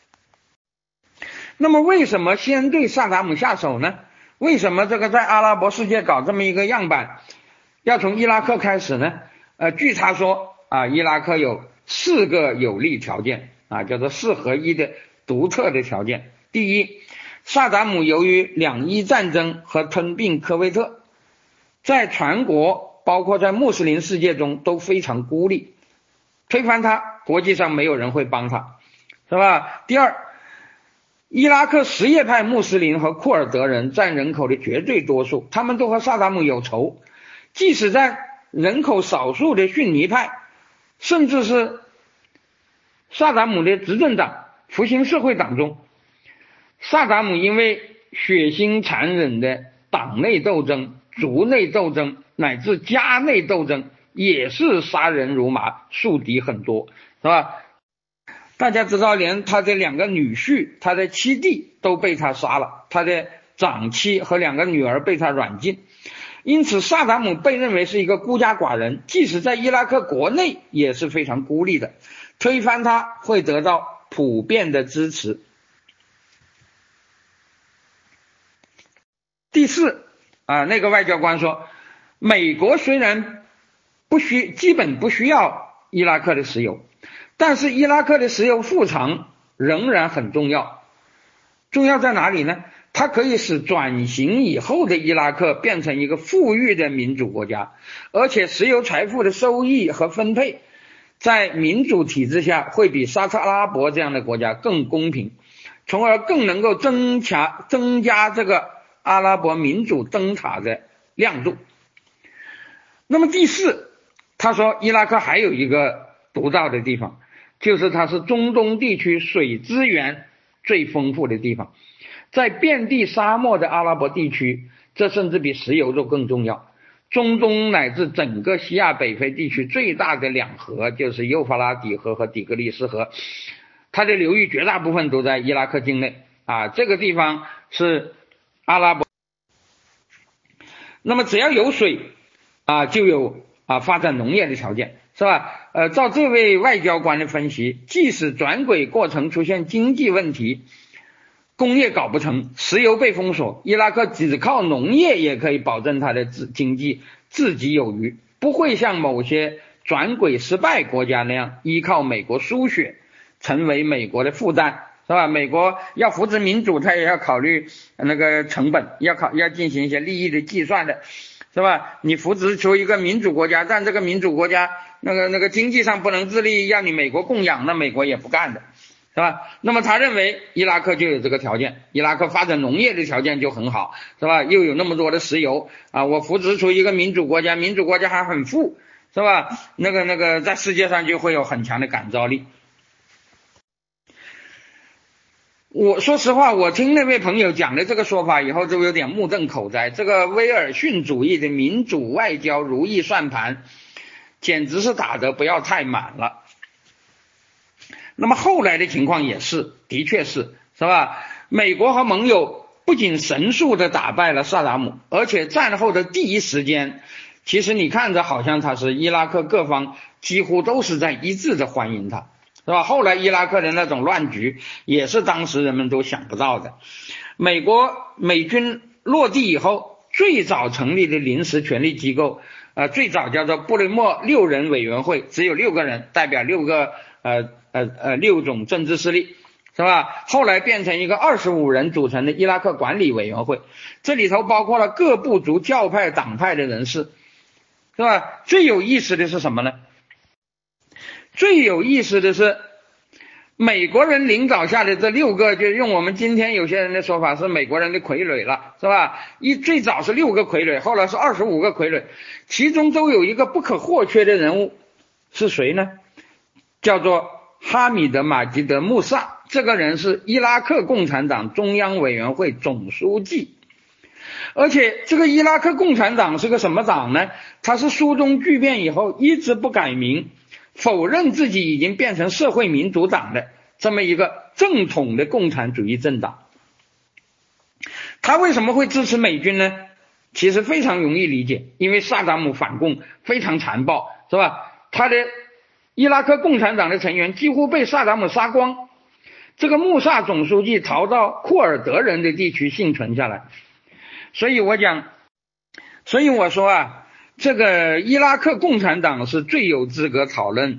那么为什么先对萨达姆下手呢？为什么这个在阿拉伯世界搞这么一个样板要从伊拉克开始呢？据他说伊拉克有4个有利条件叫做4合1的独特的条件。第一，萨达姆由于2伊战争和吞并科威特，在全国包括在穆斯林世界中都非常孤立，推翻他国际上没有人会帮他，是吧？第二，伊拉克什叶派穆斯林和库尔德人占人口的绝对多数，他们都和萨达姆有仇，即使在人口少数的逊尼派，甚至是萨达姆的执政党复兴社会党中，萨达姆因为血腥残忍的党内斗争、族内斗争乃至家内斗争，也是杀人如麻，树敌很多，是吧？大家知道连他的2个女婿，他的7弟都被他杀了，他的长妻和2个女儿被他软禁，因此萨达姆被认为是一个孤家寡人，即使在伊拉克国内也是非常孤立的，推翻他会得到普遍的支持。第四那个外交官说，美国虽然基本不需要伊拉克的石油，但是伊拉克的石油副厂仍然很重要。重要在哪里呢？它可以使转型以后的伊拉克变成一个富裕的民主国家，而且石油财富的收益和分配在民主体制下会比沙特阿拉伯这样的国家更公平，从而更能够增加这个阿拉伯民主灯塔的亮度。那么第四，他说伊拉克还有一个独到的地方，就是它是中东地区水资源最丰富的地方，在遍地沙漠的阿拉伯地区，这甚至比石油都更重要。中东乃至整个西亚北非地区最大的2河就是幼发拉底河和底格里斯河，它的流域绝大部分都在伊拉克境内这个地方是阿拉伯。那么只要有水就有发展农业的条件，是吧？照这位外交官的分析，即使转轨过程出现经济问题，工业搞不成，石油被封锁，伊拉克只靠农业也可以保证它的经济自给有余，不会像某些转轨失败国家那样依靠美国输血成为美国的负担，是吧？美国要扶持民主，他也要考虑那个成本，要进行一些利益的计算的，是吧？你扶持出一个民主国家，但这个民主国家那个经济上不能自立，要你美国供养，那美国也不干的，是吧？那么他认为伊拉克就有这个条件，伊拉克发展农业的条件就很好，是吧？又有那么多的石油我扶持出一个民主国家，民主国家还很富，是吧？那个在世界上就会有很强的感召力。 我说实话，我听那位朋友讲的这个说法以后，就有点目瞪口呆。这个威尔逊主义的民主外交如意算盘，简直是打得不要太满了。那么后来的情况也是，的确是吧？美国和盟友不仅神速的打败了萨达姆，而且战后的第一时间，其实你看着好像他是伊拉克各方几乎都是在一致的欢迎他。是吧？后来伊拉克的那种乱局也是当时人们都想不到的。美军落地以后，最早成立的临时权力机构，最早叫做布雷默6人委员会，只有6个人，代表6种政治势力，是吧？后来变成一个25人组成的伊拉克管理委员会，这里头包括了各部族教派党派的人士，是吧？最有意思的是什么呢？最有意思的是，美国人领导下的这6个，就用我们今天有些人的说法是美国人的傀儡了，是吧？最早是6个傀儡，后来是25个傀儡，其中都有一个不可或缺的人物，是谁呢？叫做哈米德·马吉德·穆萨，这个人是伊拉克共产党中央委员会总书记。而且这个伊拉克共产党是个什么党呢？他是苏中剧变以后一直不改名，否认自己已经变成社会民主党的这么一个正统的共产主义政党。他为什么会支持美军呢？其实非常容易理解，因为萨达姆反共非常残暴，是吧？他的伊拉克共产党的成员几乎被萨达姆杀光，这个穆萨总书记逃到库尔德人的地区幸存下来。所以我说啊，这个伊拉克共产党是最有资格讨论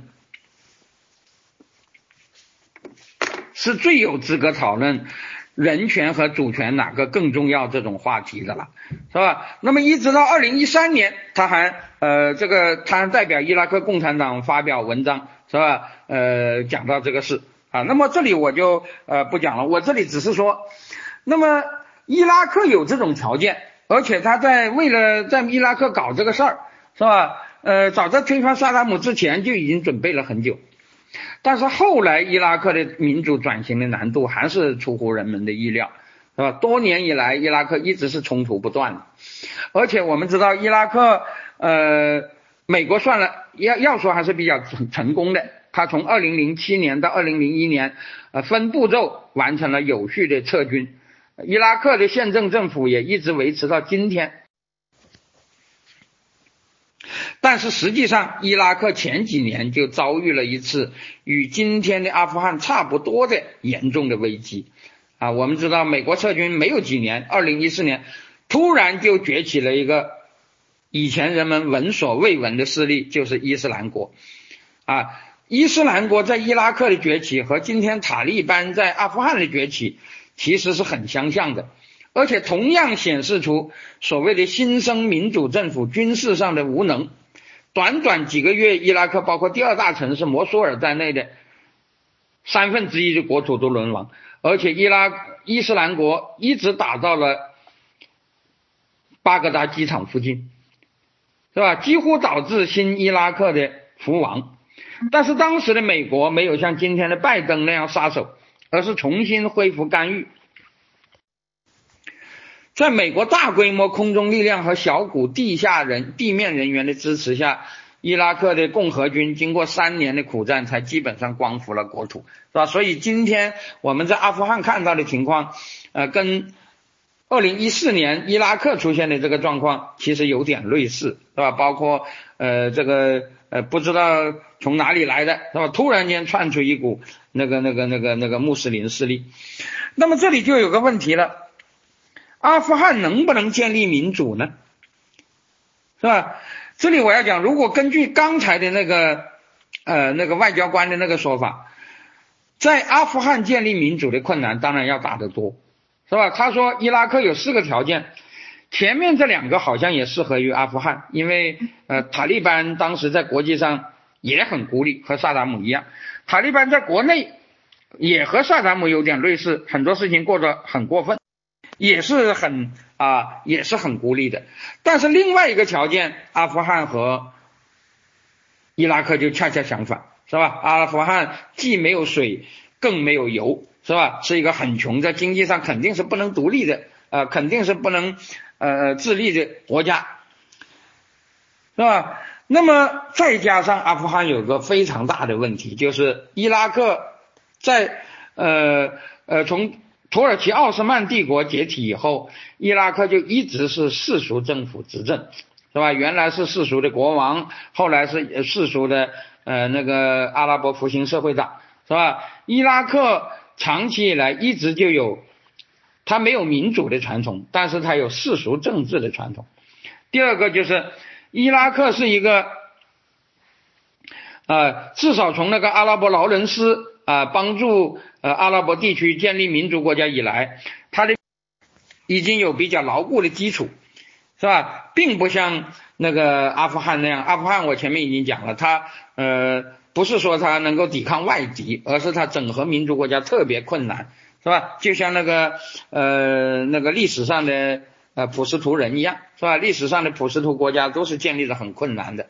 人权和主权哪个更重要这种话题的了，是吧？那么一直到2013年，他还代表伊拉克共产党发表文章，是吧？讲到这个事啊，那么这里我就不讲了，我这里只是说，那么伊拉克有这种条件，而且他为了在伊拉克搞这个事儿，是吧？早在推翻萨达姆之前就已经准备了很久。但是后来伊拉克的民主转型的难度还是出乎人们的意料，是吧？多年以来伊拉克一直是冲突不断的，而且我们知道伊拉克美国算了要说还是比较成功的，他从2007年到2001年分步骤完成了有序的撤军，伊拉克的宪政政府也一直维持到今天。但是实际上伊拉克前几年就遭遇了一次与今天的阿富汗差不多的严重的危机啊。我们知道美国撤军没有几年，2014年突然就崛起了一个以前人们闻所未闻的势力，就是伊斯兰国啊。伊斯兰国在伊拉克的崛起和今天塔利班在阿富汗的崛起其实是很相像的，而且同样显示出所谓的新生民主政府军事上的无能。短短几个月，伊拉克包括第2大城市摩苏尔在内的1/3的国土都沦亡，而且伊斯兰国一直打到了巴格达机场附近，是吧？几乎导致新伊拉克的覆亡。但是当时的美国没有像今天的拜登那样撒手，而是重新恢复干预。在美国大规模空中力量和小股地面人员的支持下，伊拉克的共和军经过3年的苦战才基本上光复了国土，是吧？所以今天我们在阿富汗看到的情况跟2014年伊拉克出现的这个状况其实有点类似，是吧？包括不知道从哪里来的，是吧？突然间窜出一股那个穆斯林势力。那么这里就有个问题了，阿富汗能不能建立民主呢？是吧？这里我要讲，如果根据刚才的那个外交官的那个说法，在阿富汗建立民主的困难当然要大得多，是吧？他说伊拉克有4个条件，前面这2个好像也适合于阿富汗，因为塔利班当时在国际上也很孤立，和萨达姆一样，塔利班在国内也和萨达姆有点类似，很多事情过得很过分，也是很孤立的。但是另外一个条件，阿富汗和伊拉克就恰恰相反，是吧？阿富汗既没有水更没有油， 是吧？是一个很穷，在经济上肯定是不能独立的，肯定是不能自立的国家，是吧？那么再加上阿富汗有个非常大的问题，就是伊拉克在从土耳其奥斯曼帝国解体以后，伊拉克就一直是世俗政府执政，是吧？原来是世俗的国王，后来是世俗的那个阿拉伯复兴社会党，是吧？伊拉克长期以来一直就有，它没有民主的传统，但是它有世俗政治的传统。第二个就是伊拉克是一个至少从那个阿拉伯劳伦斯帮助阿拉伯地区建立民主国家以来，它的已经有比较牢固的基础，是吧？并不像那个阿富汗那样，阿富汗我前面已经讲了，它不是说它能够抵抗外敌，而是它整合民族国家特别困难，是吧？就像那个历史上的普什图人一样，是吧？历史上的普什图国家都是建立的很困难的。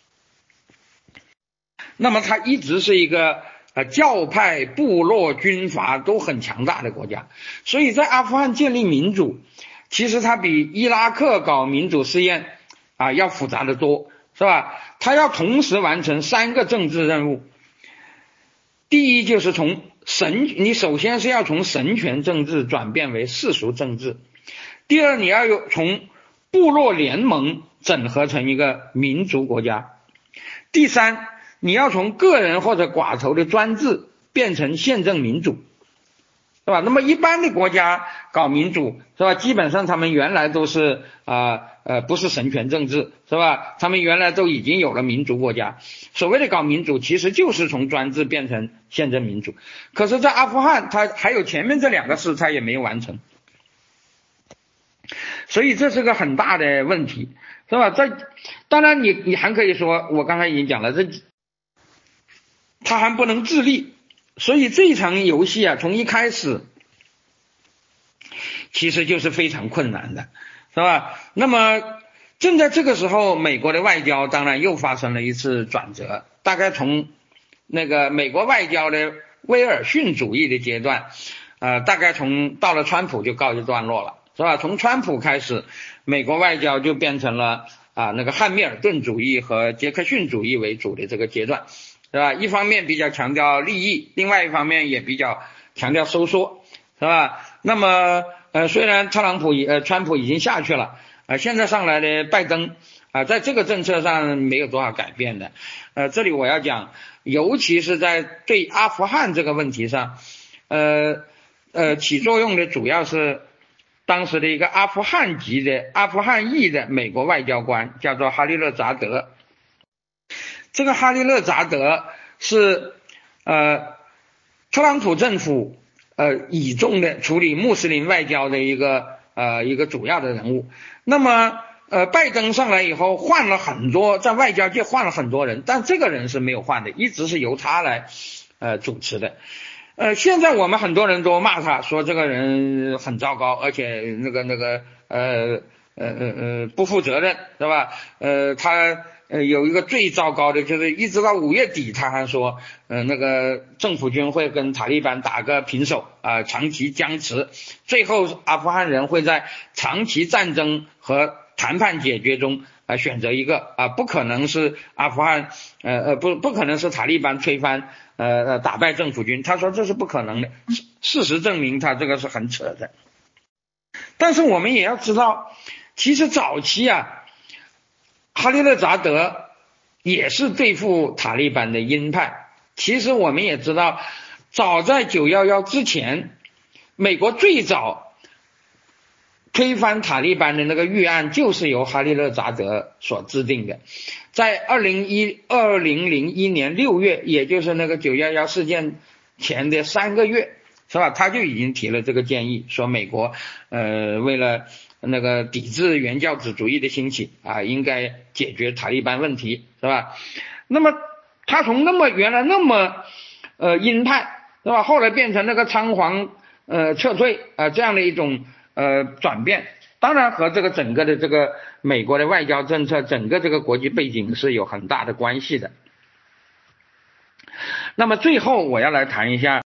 那么它一直是一个教派、部落、军阀都很强大的国家，所以在阿富汗建立民主，其实它比伊拉克搞民主试验要复杂的多，是吧？它要同时完成3个政治任务。第一就是你首先是要从神权政治转变为世俗政治，第二你要从部落联盟整合成一个民族国家，第三你要从个人或者寡头的专制变成宪政民主，是吧？那么一般的国家搞民主，是吧？基本上他们原来都是不是神权政治，是吧？他们原来都已经有了民族国家。所谓的搞民主，其实就是从专制变成宪政民主。可是，在阿富汗，它还有前面这2个事，它也没有完成，所以这是个很大的问题，是吧？当然你还可以说，我刚才已经讲了，它还不能自立，所以这场游戏从一开始其实就是非常困难的，是吧？那么正在这个时候，美国的外交当然又发生了一次转折，大概从那个美国外交的威尔逊主义的阶段，大概到了川普就告一段落了，是吧？从川普开始，美国外交就变成了那个汉密尔顿主义和杰克逊主义为主的这个阶段，是吧？一方面比较强调利益，另外一方面也比较强调收缩，是吧？那么虽然川普已经下去了，现在上来的拜登在这个政策上没有多少改变的。这里我要讲，尤其是在对阿富汗这个问题上，起作用的主要是当时的一个阿富汗裔的美国外交官，叫做哈利勒扎德。这个哈利勒扎德是特朗普政府倚重的处理穆斯林外交的一个主要的人物。那么拜登上来以后换了很多，在外交界换了很多人，但这个人是没有换的，一直是由他来主持的。现在我们很多人都骂他，说这个人很糟糕，而且不负责任，是吧？他有一个最糟糕的就是一直到5月底他还说那个政府军会跟塔利班打个平手长期僵持，最后阿富汗人会在长期战争和谈判解决中选择一个不可能是阿富汗不可能是塔利班推翻打败政府军，他说这是不可能的，事实证明他这个是很扯的。但是我们也要知道，其实早期哈利勒扎德也是对付塔利班的鹰派。其实我们也知道，早在911之前，美国最早推翻塔利班的那个预案就是由哈利勒扎德所制定的。在2001年6月，也就是那个911事件前的3个月，是吧？他就已经提了这个建议，说美国为了那个抵制原教旨主义的兴起应该解决塔利班问题，是吧？那么他从原来那么鹰派，是吧？后来变成那个仓皇撤退这样的一种转变，当然和这个整个的这个美国的外交政策，整个这个国际背景是有很大的关系的。那么最后我要来谈一下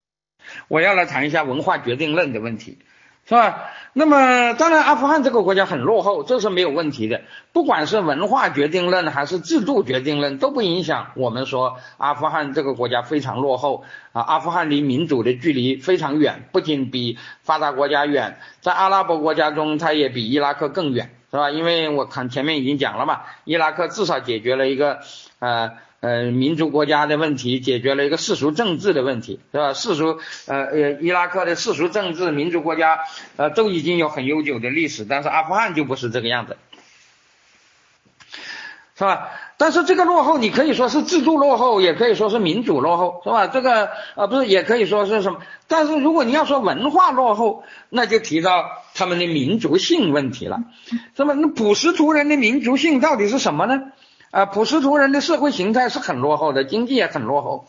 我要来谈一下文化决定论的问题，是吧？那么当然阿富汗这个国家很落后，这是没有问题的，不管是文化决定论还是制度决定论都不影响我们说阿富汗这个国家非常落后啊，阿富汗离民主的距离非常远，不仅比发达国家远，在阿拉伯国家中它也比伊拉克更远，是吧？因为我看前面已经讲了嘛，伊拉克至少解决了一个民族国家的问题，解决了一个世俗政治的问题，是吧？伊拉克的世俗政治民族国家都已经有很悠久的历史，但是阿富汗就不是这个样子，是吧？但是这个落后你可以说是制度落后，也可以说是民主落后，是吧？这个不是，也可以说是什么？但是如果你要说文化落后，那就提到他们的民族性问题了。那么普什图人的民族性到底是什么呢？普什图人的社会形态是很落后的，经济也很落后。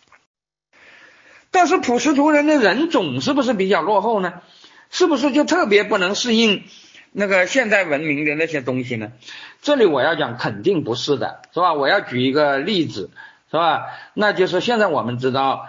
但是普什图人的人种是不是比较落后呢？是不是就特别不能适应那个现代文明的那些东西呢？这里我要讲肯定不是的，是吧？我要举一个例子，是吧？那就是现在我们知道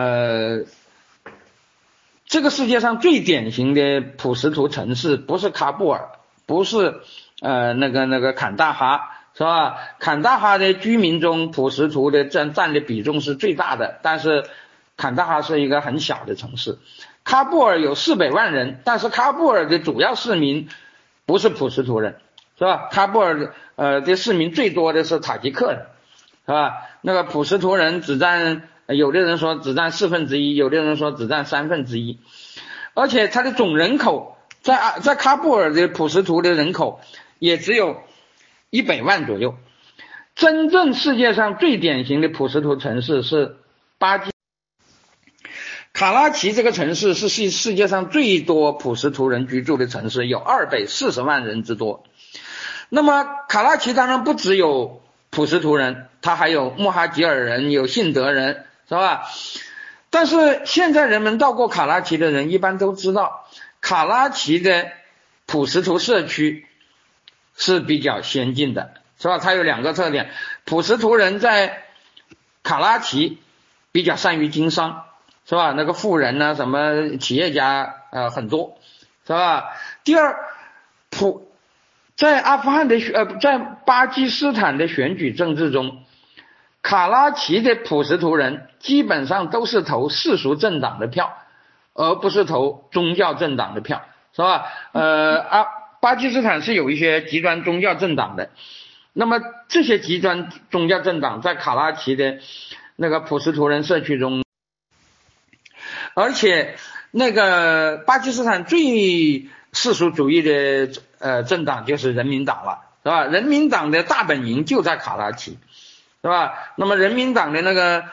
这个世界上最典型的普什图城市不是喀布尔，不是那个坎大哈，是吧？坎大哈的居民中普什图的占的比重是最大的，但是坎大哈是一个很小的城市。喀布尔有400万人，但是喀布尔的主要市民不是普什图人，是吧？喀布尔的市民最多的是塔吉克人，是吧？那个普什图人只占，有的人说只占1/4，有的人说只占1/3，而且它的总人口在喀布尔的普什图的人口也只有100万左右。真正世界上最典型的普什图城市是巴基卡拉奇，这个城市是世界上最多普什图人居住的城市，有240万人之多。那么卡拉奇当然不只有普什图人，它还有穆哈吉尔人，有信德人，是吧？但是现在人们到过卡拉奇的人一般都知道，卡拉奇的普什图社区是比较先进的，是吧？它有2个特点，普什图人在卡拉奇比较善于经商，是吧？那个富人呢，什么企业家很多，是吧？第二，在阿富汗的在巴基斯坦的选举政治中，卡拉奇的普什图人基本上都是投世俗政党的票，而不是投宗教政党的票，是吧？巴基斯坦是有一些极端宗教政党的，那么这些极端宗教政党在卡拉奇的那个普什图人社区中，而且那个巴基斯坦最世俗主义的政党就是人民党了，是吧？人民党的大本营就在卡拉奇，是吧？那么人民党的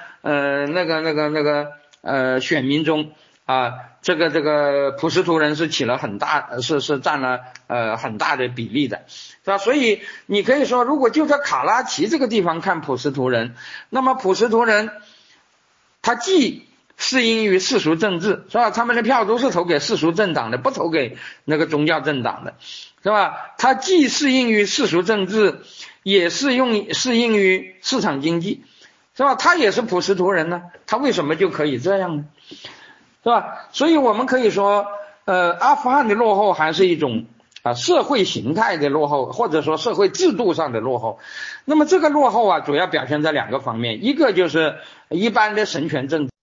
选民中这个普什图人是起了很大是占了很大的比例的，是吧？所以你可以说，如果就在卡拉奇这个地方看普什图人，那么普什图人他既适应于世俗政治，是吧？他们的票都是投给世俗政党的，不投给那个宗教政党的，是吧？他既适应于世俗政治，也适应于市场经济，是吧？他也是普什图人呢，他为什么就可以这样呢？是吧？所以我们可以说阿富汗的落后还是一种社会形态的落后，或者说社会制度上的落后。那么这个落后主要表现在2个方面，一个就是一般的神权政治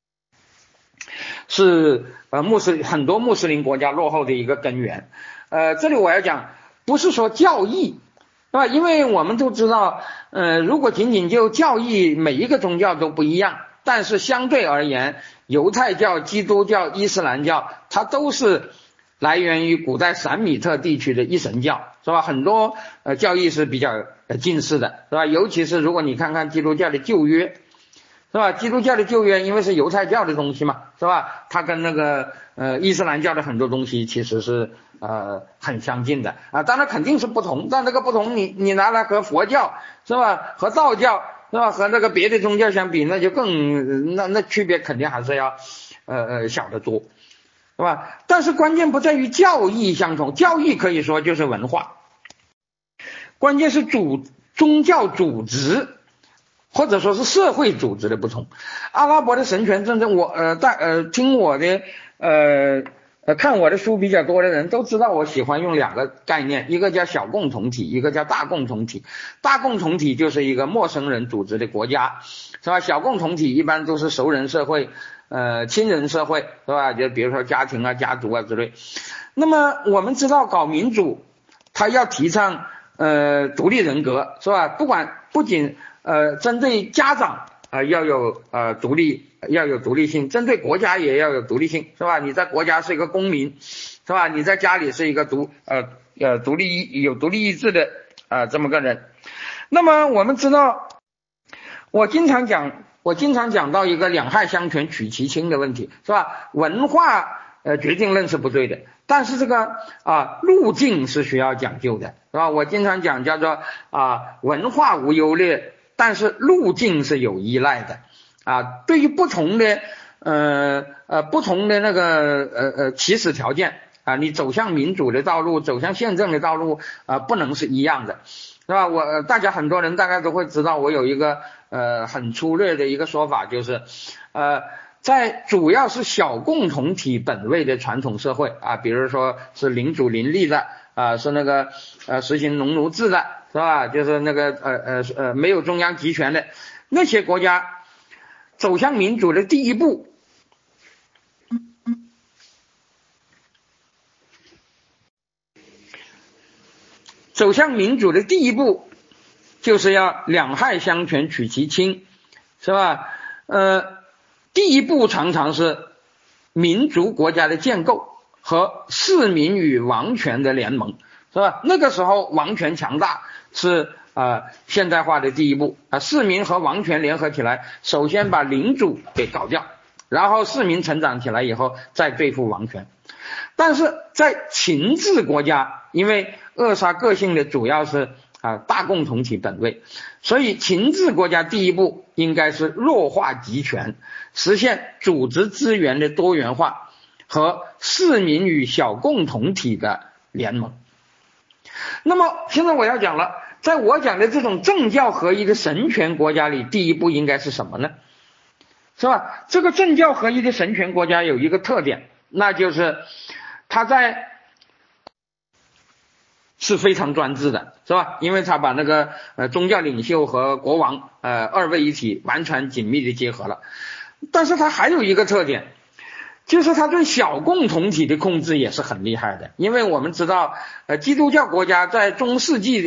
是很多穆斯林国家落后的一个根源。这里我要讲，不是说教义，是吧？因为我们都知道如果仅仅就教义，每一个宗教都不一样，但是相对而言，犹太教、基督教、伊斯兰教它都是来源于古代闪米特地区的一神教，是吧？很多教义是比较近似的，是吧？尤其是如果你看看基督教的旧约，是吧？基督教的旧约因为是犹太教的东西嘛，是吧？它跟那个伊斯兰教的很多东西其实是很相近的当然肯定是不同，但这个不同你拿来和佛教，是吧？和道教，是吧？和那个别的宗教相比，那就更那区别肯定还是要小得多，是吧？但是关键不在于教义相同，教义可以说就是文化，关键是宗教组织或者说是社会组织的不同。阿拉伯的神权政治，听我的看我的书比较多的人都知道，我喜欢用两个概念，一个叫小共同体，一个叫大共同体。大共同体就是一个陌生人组织的国家，是吧？小共同体一般都是熟人社会，亲人社会，是吧？就比如说家庭啊、家族啊之类。那么我们知道搞民主，他要提倡独立人格，是吧？不仅针对家长要有独立性，针对国家也要有独立性，是吧？你在国家是一个公民，是吧？你在家里是一个有独立意志的这么个人。那么我们知道，我经常讲到一个两害相权取其轻的问题，是吧？文化决定论是不对的，但是这个路径是需要讲究的，是吧？我经常讲叫做文化无优劣，但是路径是有依赖的对于不同的那个起始条件你走向民主的道路，走向宪政的道路不能是一样的，是吧？很多人大概都会知道，我有一个很粗略的一个说法，就是在主要是小共同体本位的传统社会比如说是领主林立的是那个实行农奴制的，是吧？就是那个没有中央集权的那些国家，走向民主的第一步，就是要两害相权取其轻，是吧？第一步常常是民族国家的建构和市民与王权的联盟，是吧？那个时候王权强大是现代化的第一步市民和王权联合起来，首先把领主给搞掉，然后市民成长起来以后再对付王权。但是在秦制国家，因为扼杀个性的主要是大共同体本位，所以秦制国家第一步应该是弱化集权，实现组织资源的多元化和市民与小共同体的联盟。那么现在我要讲了，在我讲的这种政教合一的神权国家里，第一步应该是什么呢？是吧？这个政教合一的神权国家有一个特点，那就是它是非常专制的，是吧？因为他把那个宗教领袖和国王二位一体完全紧密的结合了。但是它还有一个特点，就是它对小共同体的控制也是很厉害的。因为我们知道基督教国家在中世纪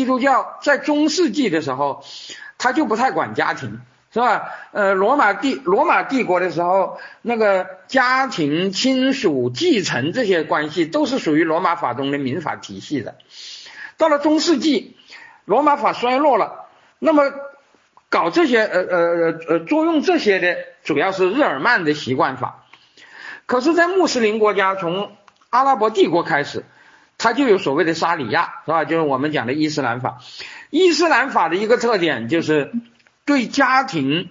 的时候，他就不太管家庭，是吧？罗马帝国的时候，那个家庭、亲属、继承这些关系都是属于罗马法中的民法体系的。到了中世纪，罗马法衰落了，那么搞这些作用这些的主要是日耳曼的习惯法。可是在穆斯林国家，从阿拉伯帝国开始，它就有所谓的沙里亚，是吧？就是我们讲的伊斯兰法。伊斯兰法的一个特点就是对家庭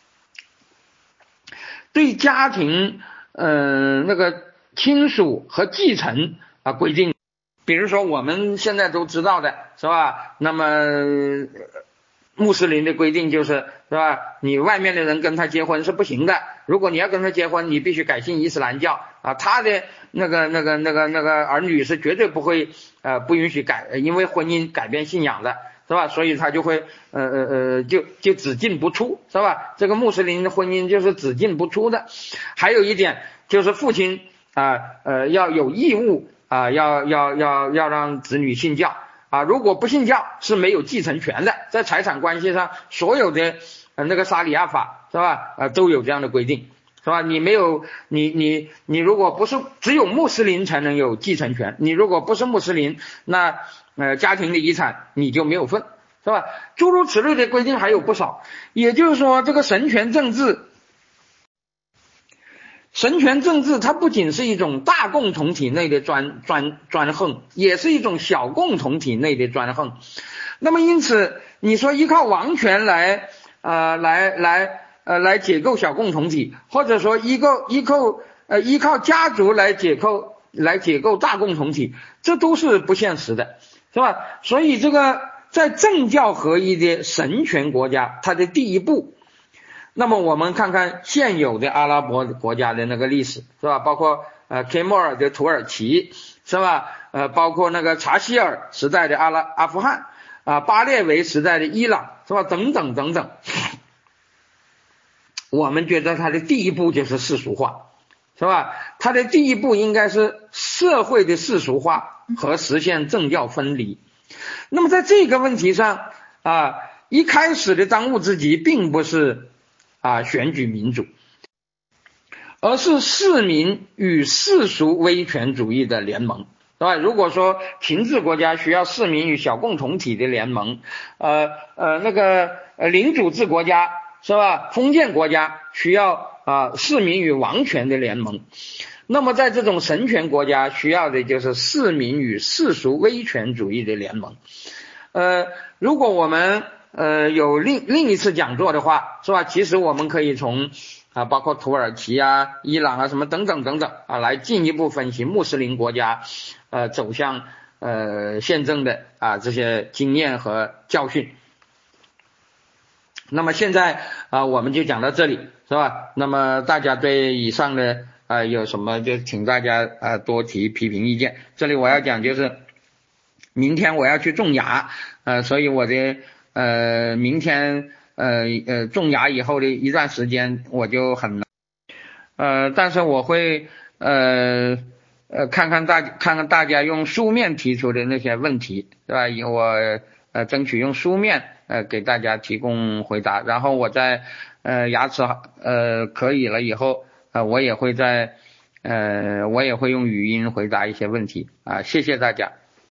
那个亲属和继承规定。比如说我们现在都知道的，是吧？那么穆斯林的规定就是，是吧？你外面的人跟他结婚是不行的，如果你要跟他结婚，你必须改信伊斯兰教他的那个儿女是绝对不会不允许因为婚姻改变信仰的，是吧？所以他就会就只进不出，是吧？这个穆斯林的婚姻就是只进不出的。还有一点就是父亲要有义务要让子女信教如果不信教是没有继承权的。在财产关系上，所有的那个沙里亚法，是吧？都有这样的规定，是吧？你没有你如果不是只有穆斯林才能有继承权，你如果不是穆斯林，那家庭的遗产你就没有份，是吧？诸如此类的规定还有不少。也就是说，这个神权政治它不仅是一种大共同体内的专横，也是一种小共同体内的专横。那么因此你说依靠王权来解构小共同体，或者说依靠家族来解构大共同体，这都是不现实的，是吧？所以这在政教合一的神权国家，它的第一步，那么我们看看现有的阿拉伯国家的那个历史，是吧？包括帖木儿的土耳其，是吧？包括那个查希尔时代的阿富汗，巴列维时代的伊朗，是吧？等等等等。我们觉得它的第一步就是世俗化，是吧？它的第一步应该是社会的世俗化和实现政教分离。那么在这个问题上一开始的当务之急并不是选举民主，而是市民与世俗威权主义的联盟，是吧？如果说停滞国家需要市民与小共同体的联盟，领主制国家，是吧？封建国家需要市民与王权的联盟，那么在这种神权国家需要的就是市民与世俗威权主义的联盟。如果我们有另一次讲座的话，是吧？其实我们可以从包括土耳其伊朗什么等等等等来进一步分析穆斯林国家走向宪政的这些经验和教训。那么现在我们就讲到这里，是吧？那么大家对以上的有什么就请大家多提批评意见。这里我要讲就是明天我要去种牙，所以我的明天种牙以后的一段时间我就很但是我会看看大家用书面提出的那些问题，是吧？我争取用书面给大家提供回答，然后我在牙齿可以了以后我也会用语音回答一些问题谢谢大家。